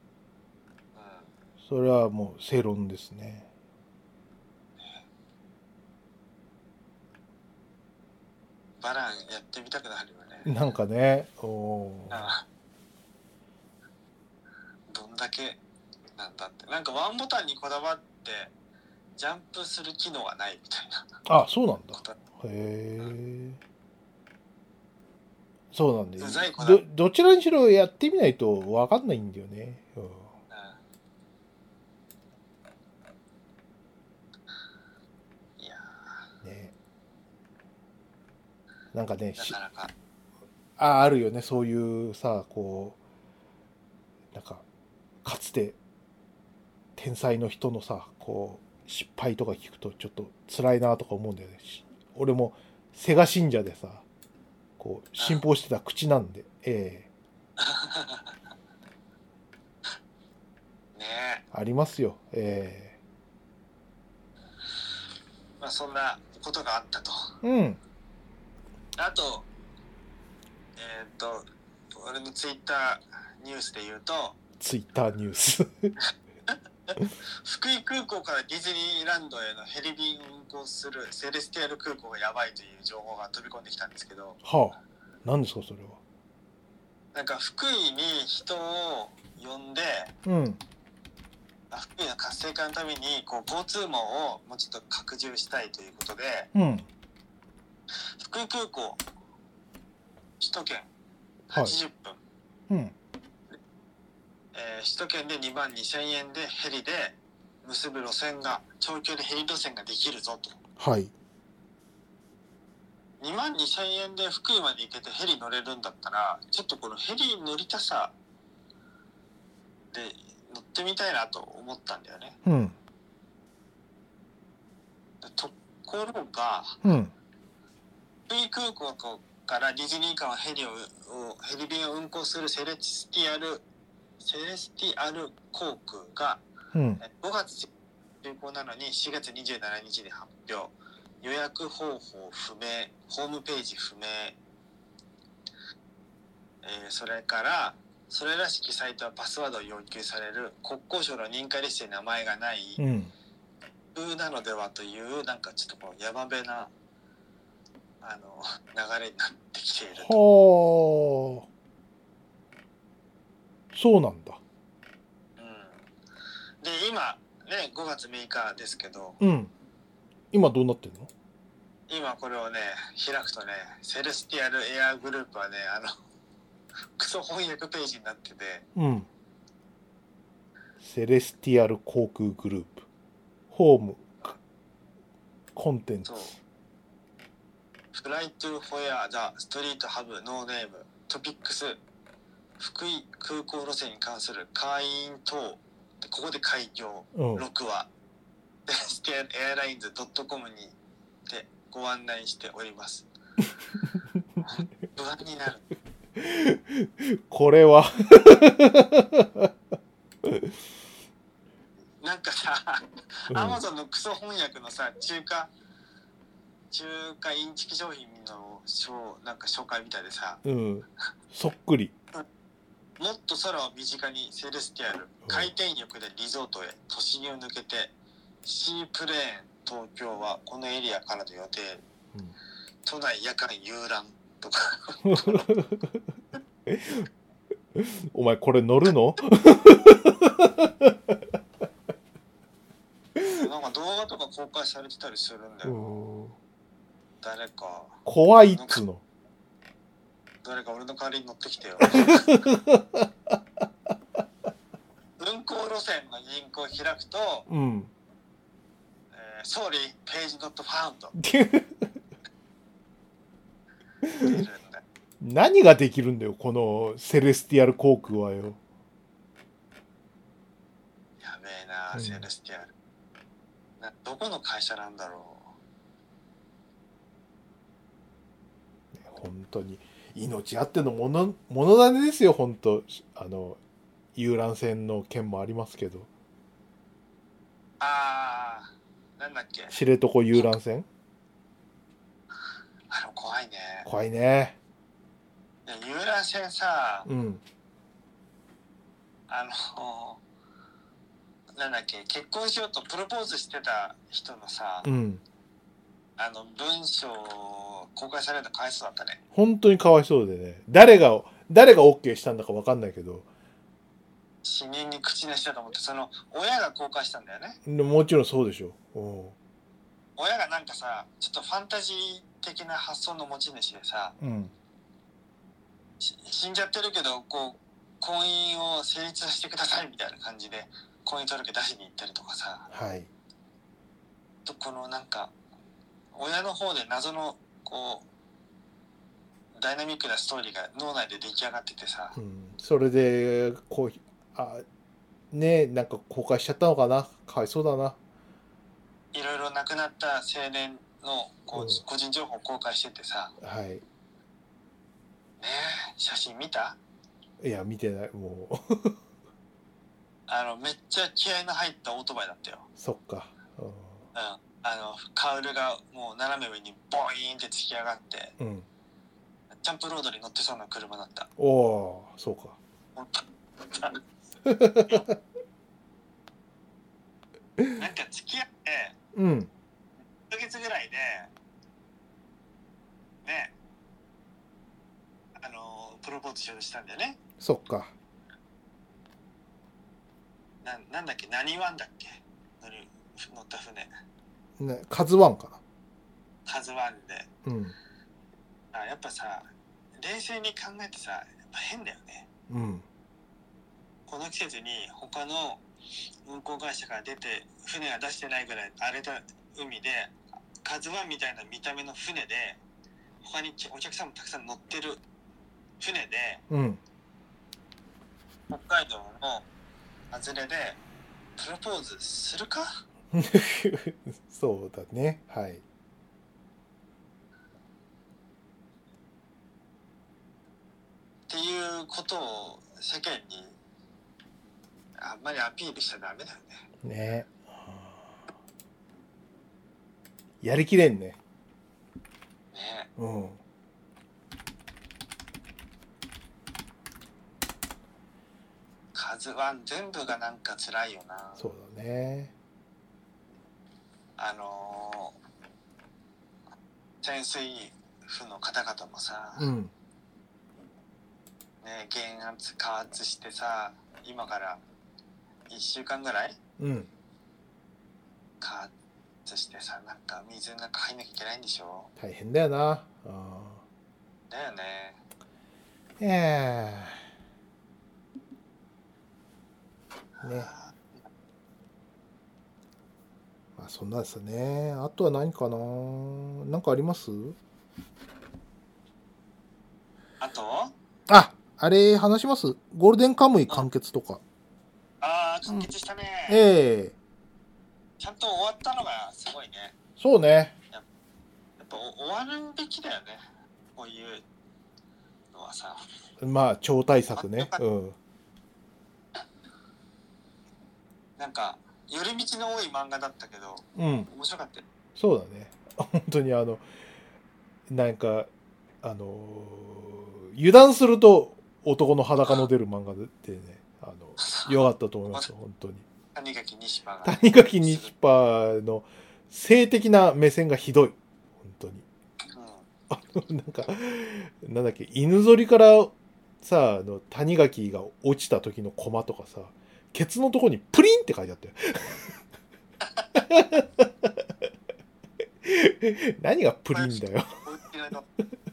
それはもう正論ですね。 バランやってみたくなるよね。 なんかね、おああ、どんだけなんだって。なんかワンボタンにこだわってジャンプする機能がないみたいな。 あ、そうなんだ。へえ。そうなんだよ。ど、どちらにしろやってみないと分かんないんだよね。うん、 いやね。なんかね、 なかなかあ、あるよね、そういうさ、こう、なんか、かつて天才の人のさ、こう、失敗とか聞くとちょっと辛いなとか思うんだよね。俺もセガ信者でさ、こう、信奉してた口なんで、ええー、ねありますよ、ええー。まあそんなことがあったと。 うん。 あと、えっと、俺のツイッターニュースで言うと、 ツイッターニュース福井空港からディズニーランドへのヘリ便を運航するセレスティアル空港がやばいという情報が飛び込んできたんですけど、 はあ、何ですかそれは。 なんか福井に人を呼んで、 うん、 福井の活性化のためにこう交通網をもうちょっと拡充したいということで、 うん、 福井空港首都圏はちじゅっぷん、 うん、 えー、首都圏でにまんにせんえんでヘリで結ぶ路線が、長距離ヘリ路線ができるぞと。 はい。 にまんにせんえんで福井まで行けてヘリ乗れるんだったら、ちょっとこのヘリ乗りたさで乗ってみたいなと思ったんだよね。 うん。 ところが、 うん。 福井空港からディズニー間はヘリをヘリ便を運航するセレスティアルセレスティアル航空が、 うん、 ごがつ就航なのにしがつにじゅうしちにちに発表。予約方法不明、ホームページ不明、えー、それからそれらしきサイトはパスワードを要求される、国交省の認可リストに名前がない、 うん、 風なのではという、なんかちょっとこうヤバめなあの流れになってきていると。 はあ、そうなんだ。 うん、で今ねごがつむいかですけど、 うん、今どうなってんの？ 今これをね開くとね、セレスティアルエアグループはね、あのクソ翻訳ページになってて、 うん。セレスティアル航空グループ、ホーム、コンテンツ。 フライトゥフォヤザストリートハブノーネームトピックス、福井空港路線に関する会員等、ここで開業、 うん、 ろくわセレスティアルエアラインズ .com にてご案内しております。不安になる。 これはなんかさ、アマゾンのクソ翻訳のさ、中華中華インチキ商品のなんか紹介みたいでさ、 うん、そっくり。 もっと空を身近にセレスティアル、回転翼でリゾートへ、都心を抜けてシープレーン東京はこのエリアからの予定、 うん、 都内夜間遊覧とかお前これ乗るのなんか動画とか公開されてたりするんだよ。誰か怖いっつの。 誰か俺の代わりに乗ってきてよ。運行路線のリンクを開くと、 うん、 えー、Sorry, page not found 何ができるんだよこのセレスティアル航空はよ。 やべえな、うん、セレスティアルな、どこの会社なんだろう。本当に命あってのものものだねですよ本当。あの遊覧船の件もありますけど。 ああ、なんだっけ、 知床遊覧船。 あの怖いね。 怖いね。 遊覧船さ、 うん、 あのなんだっけ、結婚しようとプロポーズしてた人のさ、 うん、 あの文章公開されたのかわいそうだったね。 本当にかわいそうでね。誰が誰が OK したんだか分かんないけど。 死人に口なしだと思って、その親が公開したんだよね。 もちろんそうでしょう。うん、 親がなんかさ、ちょっとファンタジー的な発想の持ち主でさ、 うん、 死んじゃってるけどこう婚姻を成立させてくださいみたいな感じで婚姻届出しに行ったりとかさ、 はい、 とこのなんか親の方で謎のこうダイナミックなストーリーが脳内で出来上がっててさ、 うん、それでこうあねえなんか公開しちゃったのかな。かわいそうだな。 いろいろ亡くなった青年のこう、うん、個人情報を公開しててさ、 はいねえ、写真見た？ いや見てないもうあのめっちゃ気合いの入ったオートバイだったよ。 そっか、うん、うん、 あのカウルがもう斜め上にボイーンって突き上がって、 うん、 ジャンプロードに乗ってそうな車だった。 おお、そうかなんか付き合って、うん、いっかげつぐらいでね、あのプロポーズしようとしたんだよね。 そっか。 な, なんだっけ、何湾だっけ、乗る乗った船ね、カズワンかな。 カズワンで、 うん、 あ、やっぱさ冷静に考えてさ、やっぱ変だよね。 うん、 この季節に他の運航会社から出て船が出してないぐらい荒れた海でカズワンみたいな見た目の船で他にお客さんもたくさん乗ってる船で、 うん、 北海道の外れでプロポーズするかそうだね、はい。 っていうことを世間にあんまりアピールしちゃダメだよね。 ね、やりきれんね。 ね、 うん。 カズワン全部がなんか辛いよな。 そうだね。 あのー、潜水夫の方々もさ、うん、ね、減圧加圧してさ、今からいっしゅうかんぐらい、うん、加圧してさ、なんか水の中入んなきゃいけないんでしょ。 大変だよな。あだよね。 えー、ね。まあそんなですね。あとは何かな。なんかあります？ あと？ あ、あれ話します？ゴールデンカムイ完結とか。 ああ、完結したね。 うん、ええー。ちゃんと終わったのがすごいね。 そうね。 やっぱ終わるべきだよね。こういうのはさ。 まあ超大作ね。うん。 なんか寄り道の多い漫画だったけど、うん、面白かったよ。 そうだね。本当にあのなんかあの油断すると男の裸の出る漫画でね、あの良かったと思います本当に。 谷垣西パが、 谷垣西パの性的な目線がひどい。本当に。 うん、 なんか、なんだっけ、犬ぞりからさ、あの、谷垣が落ちた時のコマとかさ、ケツのとこにプリンって書いてあったよ。何がプリンだよ。 お家の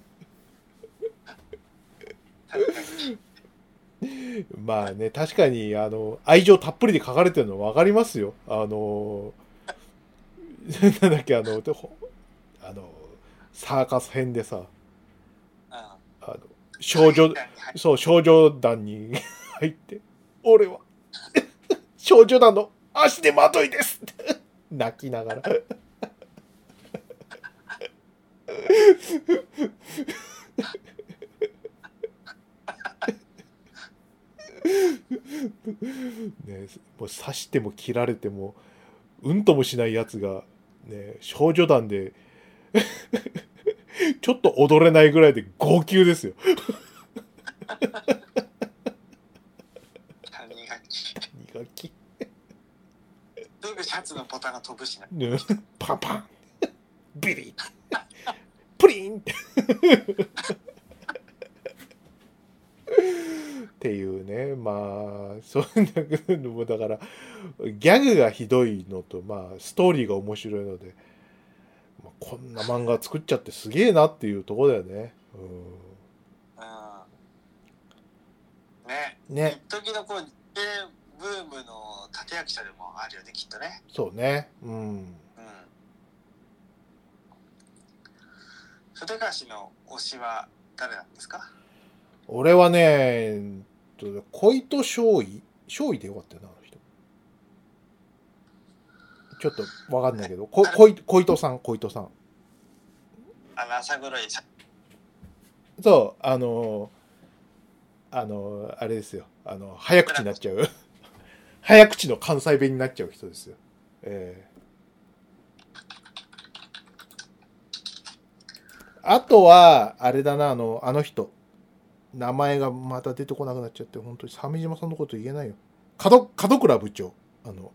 まあね、確かに、あの、愛情たっぷりで書かれてるの分かりますよ。あの、なんだっけ、あの、でほあの、サーカス編でさ、あの、少女、そう、少女団に入って、俺は、少女団の足手まといですって泣きながら。ね、もう刺しても切られてもうんともしないやつが、ね、少女団でちょっと踊れないぐらいで号泣ですよ。 谷垣苦き、 すぐシャツのボタンが飛ぶしな、 ね、パンパンビリップリンってっていうね、まあそういうのもだからギャグがひどいのと、まあストーリーが面白いので、まあ、こんな漫画作っちゃってすげえなっていうところだよね。うん、 うん、ね、 ね、 一時のこう J ブームの立役者でもあるよね、きっとね。 そうね。うん。 うん。筆貸しの推しは誰なんですか？ 俺はね、小糸少尉少尉でよかったよな、あの人。ちょっとわかんないけど、こ小糸小糸さん、小糸さん。 あの朝黒いさ。 そう、あの、あの、あれですよ。あの、早口になっちゃう。早口の関西弁になっちゃう人ですよ。えー、あとは、あれだな、あの、あの人。名前がまた出てこなくなっちゃって、本当に鮫島さんのこと言えないよ。角、角倉部長。あの、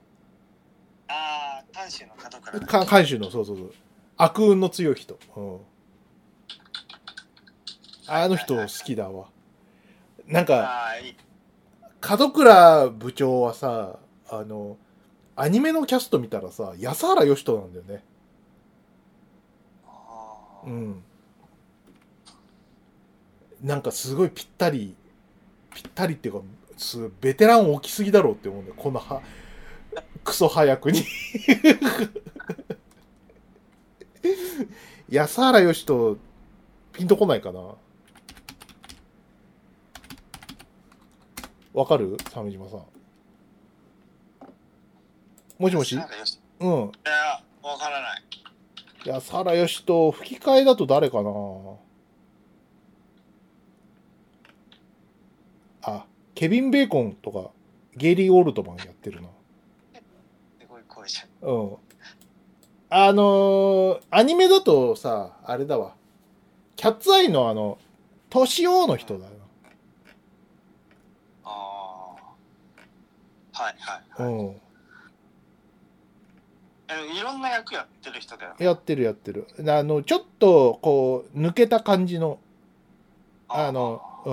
ああ、監修の角倉。 か監修の、そうそうそう。悪運の強い人。うん。あの人好きだわ。なんか、 いい角倉部長はさ、あの、アニメのキャスト見たらさ、安原義人なんだよね。うん。なんかすごいぴったり、ぴったりっていうか、すベテラン大きすぎだろうって思うんだよ。このは、クソ早くに。安原義人、ピンとこないかな。わかる？鮫島さん。もしもし？うん。 いや、わからない。 安原義人、吹き替えだと誰かな。あ、ケビン・ベーコンとか、ゲイリー・オールトマンやってるな。 すごい声じゃん。うん。あのー、アニメだとさ、あれだわ。キャッツアイのあの、トシオの人だよ。 ああ。はいはいはい。 うん。 いろんな役やってる人だよね。 やってるやってる。あの、ちょっと、こう、抜けた感じの、あの、うん。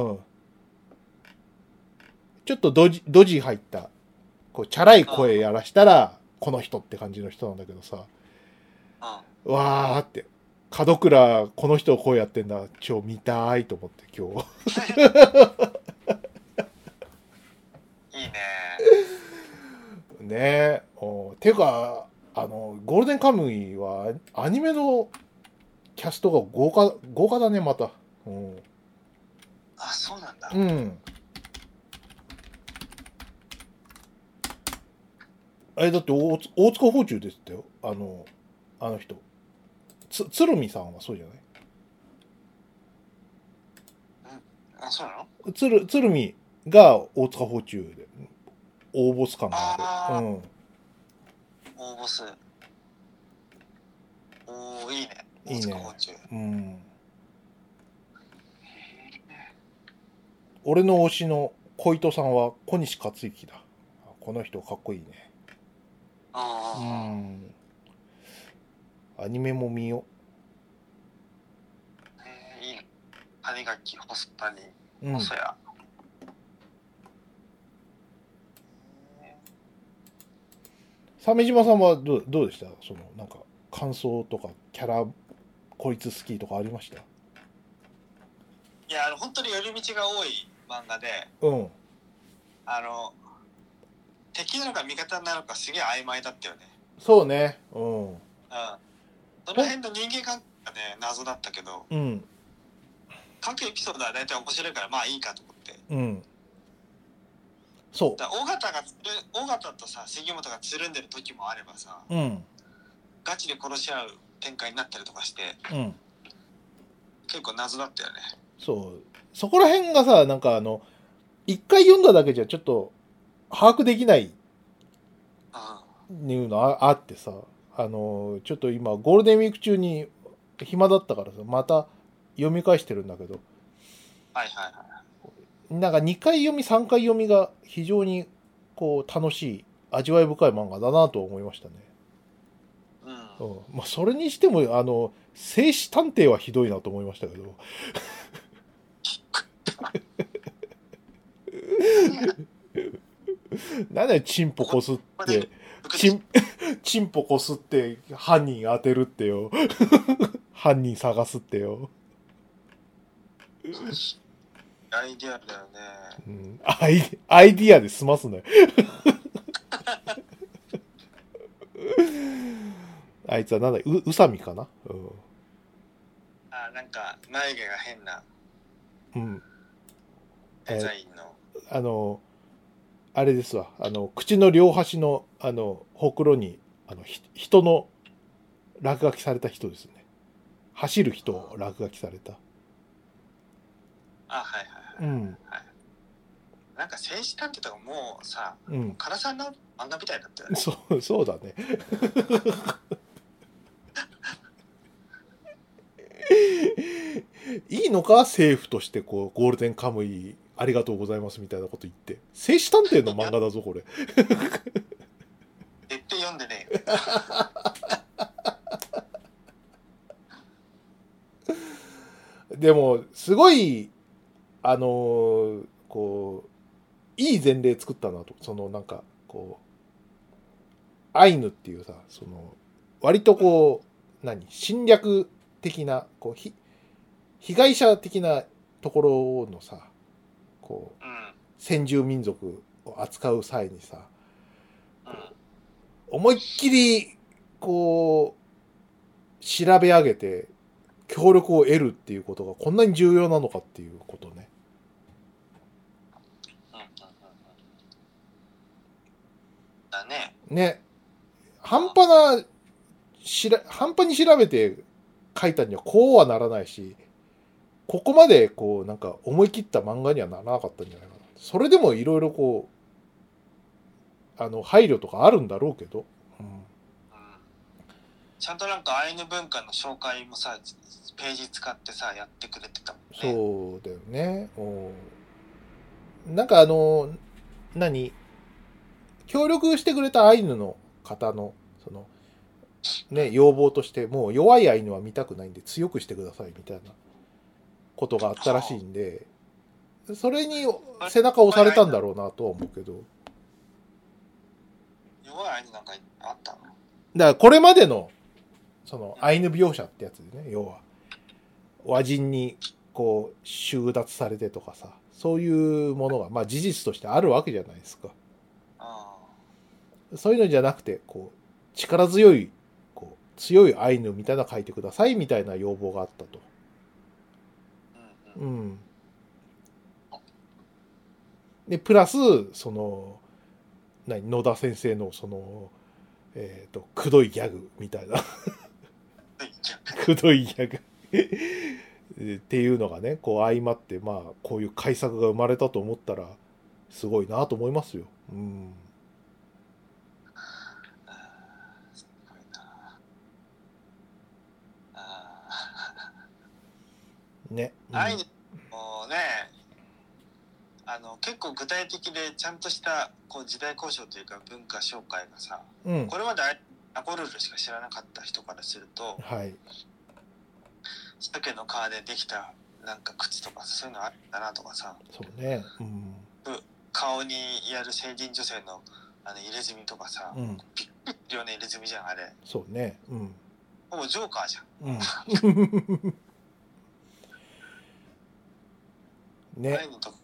ちょっとドジ、ドジ入った、こう、チャラい声やらしたら、この人って感じの人なんだけどさ、 うん、 わーって、門倉、この人声やってんだ、超見たいと思って、今日。 いいね。 ねえ。おていうか、あの、ゴールデンカムイは、アニメのキャストが豪華、豪華だね、また。うん。 あ、そうなんだ。 うん。え、だって大、大塚芳忠ですってよ。あの、あの人。つ、鶴見さんはそうじゃない？ うん。あ、そうなの？ 鶴、鶴見が大塚芳忠で、大ボス感がある。うん。 大ボス。おー、いいね。 いいね。うん。俺の推しの小糸さんは小西克幸だ。この人かっこいいね。 ああ。 うん。 アニメも見よえー、いいね。谷垣細谷う。うん。 細谷。 鮫島さんはどうどうでした？そのなんか感想とかキャラこいつ好きとかありました？ いや、あの本当に寄り道が多い漫画で、 うん。 あの敵なのか味方なのかすげえ曖昧だったよね。 そうね。うん。 うん。その辺の人間関係がね謎だったけど、 うん。 各エピソードは大体面白いからまあいいかと思って。 うん。そだ尾形がつる尾形とさ杉本がつるんでる時もあればさ、 う。うん。 ガチで殺し合う展開になったりとかして、 うん。 結構謎だったよね。 そう。そこら辺がさ、なんかあの、一回読んだだけじゃちょっと把握できないっていうのああってさ、あの、ちょっと今ゴールデンウィーク中に暇だったからさ、また読み返してるんだけど、 はいはいはい。 なんかにかい読みさんかい読みが非常にこう楽しい味わい深い漫画だなと思いましたね。 うん。 うん、まあそれにしてもあの静止探偵はひどいなと思いましたけど。なんだよチンポこすってチンチンポこすって犯人当てるってよ。犯人探すってよ。 アイディアだよね。 うん、アイアイディアで済ますね。あいつはなんだう宇佐美かな。うん。 あ、なんか眉毛が変なうん。 デザインの。 あのあれですわ。あの口の両端のあのほくろにあのひ人の落書きされた人ですね。走る人を落書きされた。 あ、はいはいはい。 うん。 はい、なんか静止探偵とかもうさ、 うん。 唐さんの漫画みたいだったよね。 そうそうだね。いいのか政府としてこうゴールデンカムイありがとうございますみたいなこと言って。静止探偵の漫画だぞこれ。 絶対読んでねえよ。 でもすごいあのーこういい前例作ったなと。そのなんかこうアイヌっていうさ、その割とこう何侵略的なこうひ被害者的なところのさ、こううん。 先住民族を扱う際にさ、 うん。 思いっきりこう調べ上げて協力を得るっていうことがこんなに重要なのかっていうことね。 うん。うん。だね。 ね。半端なしら半端に調べて書いたにはこうはならないし、ここまでこうなんか思い切った漫画にはならなかったんじゃないかな。それでもいろいろこうあの配慮とかあるんだろうけど、うん、 うん。ちゃんとなんかアイヌ文化の紹介もさ、ページ使ってさやってくれてたもんね。 そうだよね。おなんかあの何協力してくれたアイヌの方のそのね要望としてもう弱いアイヌは見たくないんで強くしてくださいみたいなことがあったらしいんで、それに背中を押されたんだろうなとは思うけど、 弱いアイヌなんかあったの？ だからこれまでのそのアイヌ描写ってやつでね、要は和人にこう収奪されてとかさ、そういうものがまあ事実としてあるわけじゃないですか。 あそういうのじゃなくてこう力強いこう強いアイヌみたいなの書いてくださいみたいな要望があったと。 あ。うん。うん。 うん。でプラスその何野田先生のそのえっ、ー、とくどいギャグみたいなくどいギャグっていうのがねこう相まってまあこういう改作が生まれたと思ったらすごいなと思いますよ。うん。 すごいな。あね。うん、 アイヌもね、あの結構具体的でちゃんとしたこう時代交渉というか文化紹介がさ、 うん、 これまでアイナコルルしか知らなかった人からすると、 はい。 鮭の皮でできたなんか靴とかそういうのあるんだなとかさ、 そうね。うん。 顔にやる成人女性のあの入れ墨とかさ、 うん。 びっくりするような入れ墨じゃんあれ。 そうね。うん。 ほぼジョーカーじゃん。 うんね。 ああいうのと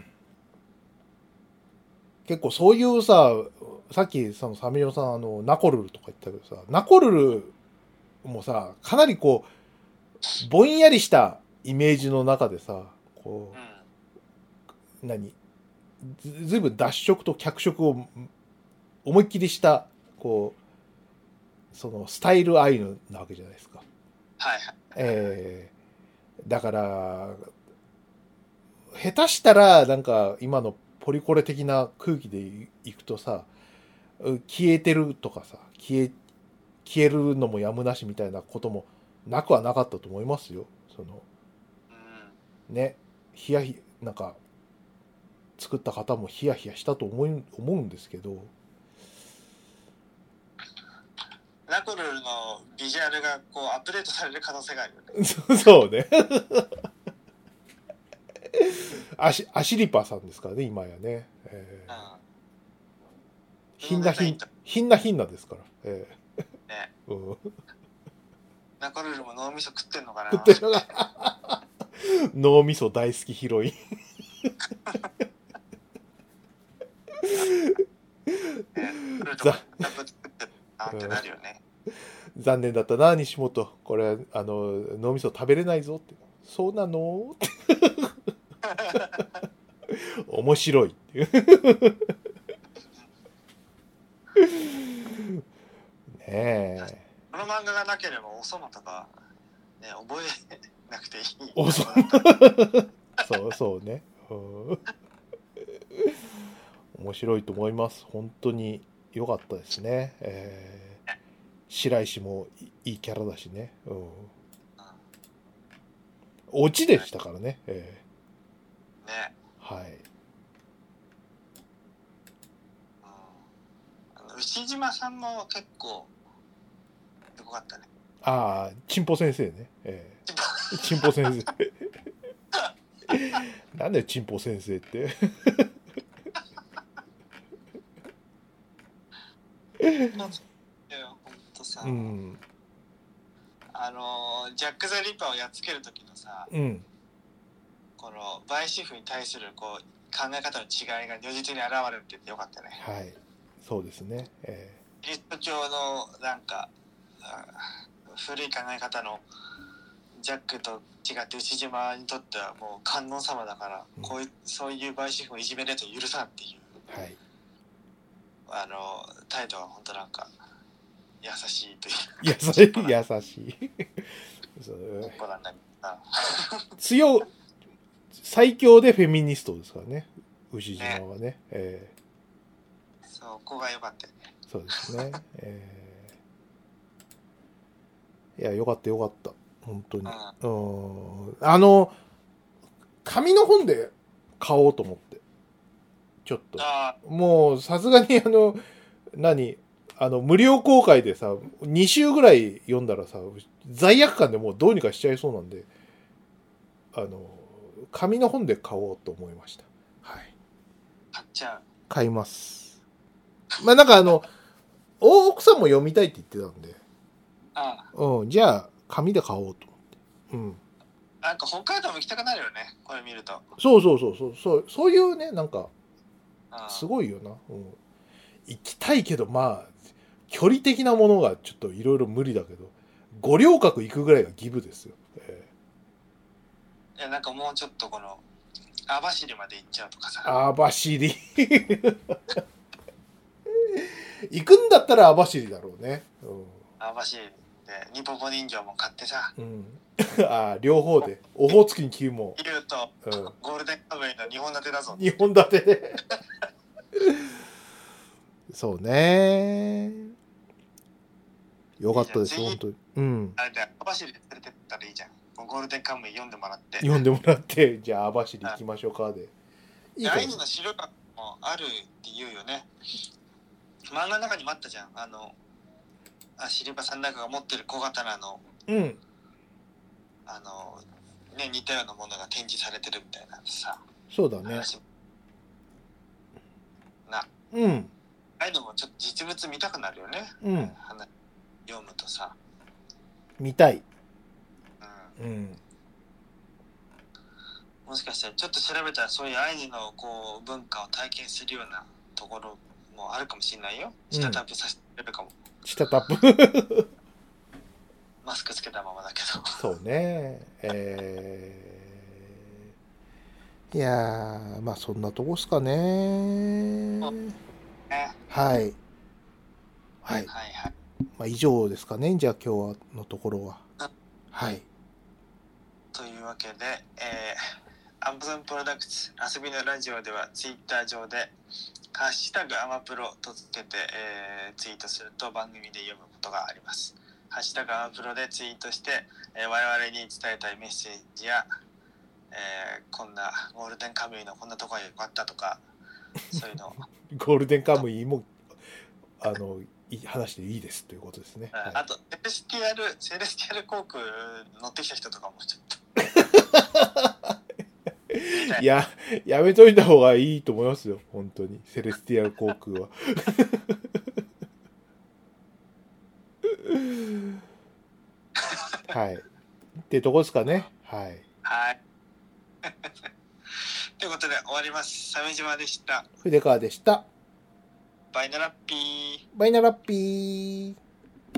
結構そういうさ、さっきそのサメヨさんあのナコルルとか言ったけどさ、ナコルルもさ、かなりこうぼんやりしたイメージの中でさ、こうん、 う何ずずいぶん脱色と脚色を思いっきりしたこうそのスタイルアイヌなわけじゃないですか。 はいはい。 えー、だから下手したらなんか今のポリコレ的な空気でいくとさ、消えてるとかさ、消え消えるのもやむなしみたいなこともなくはなかったと思いますよ。そのうん、 ね、ヒヤヒなんか作った方もヒヤヒヤしたと思い思うんですけど、 ナコルルのビジュアルがこうアップデートされる可能性があるよね。 そうね。アシアシリパさんですからね今やね。えー、 うん。 ひんなひんひんなひんなですから。えね、 ーうん、 ナコルルも脳みそ食ってんのかな。 食ってるのが脳みそ大好きヒロイン。ざってなるよね。 残念だったな西本、これあの脳みそ食べれないぞって。そうなのって面白いっていうねえ。 この漫画がなければおそまとか、ね、覚えなくていい。 おそそうそうね、うん、面白いと思います。本当に良かったですね。えー、白石もいいキャラだしね、うん、オチでしたからね、えー、ね、 はい、 うん、牛島さんも結構すごかったね。 ああチンポ先生ね、えー、チンポ先生なんだよチンポ先生ってほんとさ、 うん、 あのジャック・ザ・リッパーをやっつける時のさ、 うん、 このバイシフに対するこう考え方の違いが如実に現れててよかったね。 はい、そうですね、えキリスト教のなんか古い考え方のジャックと違って牛島にとってはもう観音様だから、うん、こういうそういうバイシフをいじめると許さんっていう、はい、あの態度は本当なんか優しいという優しい優しい強最強でフェミニストですからね牛島はね、ね、えー、そこが良かったよね。 そうですね、えー、いや良かった良かった本当に、うん、うんあの紙の本で買おうと思ってちょっともうさすがにあの何あの無料公開でさに週ぐらい読んだらさ罪悪感でもうどうにかしちゃいそうなんであの紙の本で買おうと思いました。はい。 買っちゃう。 買います。まあなんかあの奥さんも読みたいって言ってたんで、 ああうんじゃあ紙で買おうと思って。うん。 なんか北海道も行きたくなるよねこれ見ると。 そうそうそうそうそうそういうねなんかすごいよな。うん。行きたいけどまあ距離的なものがちょっといろいろ無理だけど五稜郭行くぐらいがギブですよ。えー、いやなんかもうちょっとこの網走まで行っちゃうとかさ。 網走行くんだったら網走だろうね。うん、 網走でニポポ人形も買ってさ。 うん、あ両方でオホーツクにキューも言うと、うん、ゴールデンカムイのにほん立てだぞ。 にほん立てでそうねよかったです本当に。うん。 あれで網走で連れてったらいいじゃん。ゴールデンカムイ読んでもらって。 読んでもらってじゃあ網走行きましょうかで。 いいアイヌの資料館もあるって言うよね。漫画の中にもあったじゃん。あのあシルバさんなんかが持ってる小刀のうんあのね似たようなものが展示されてるみたいなさそうだね話なうんああいうのもちょっと実物見たくなるよね、 うん話読むとさ、 見たいうんうんもしかしたらちょっと調べたらそういうアイヌのこう文化を体験するようなところもあるかもしれないよ。下タップさせてくれるかも、 下タップマスクつけたままだけどそうねえー、いやーまあそんなとこっすかねねはいはいはいはいまあ以上ですかねじゃあ今日のところははいというわけで、えー、Amazon プロダクツ遊びのラジオではツイッター上でハッシュタグアマプロとつけて、えー、ツイートすると番組で読むことがあります。ハッシュタグアマプロでツイートして、えー、我々に伝えたいメッセージや、えー、こんなゴールデンカムイのこんなとこが良かったとかそういうのをゴールデンカムイもあの話していいですということですね、はい、 あとセレスティアルセレスティアル航空乗ってきた人とかもちょっといややめといた方がいいと思いますよ本当にセレスティアル航空ははいってとこですかねはいはいということで終わります。鮫島でした。 筆川でした。 バイナラッピー。 バイナラッピー。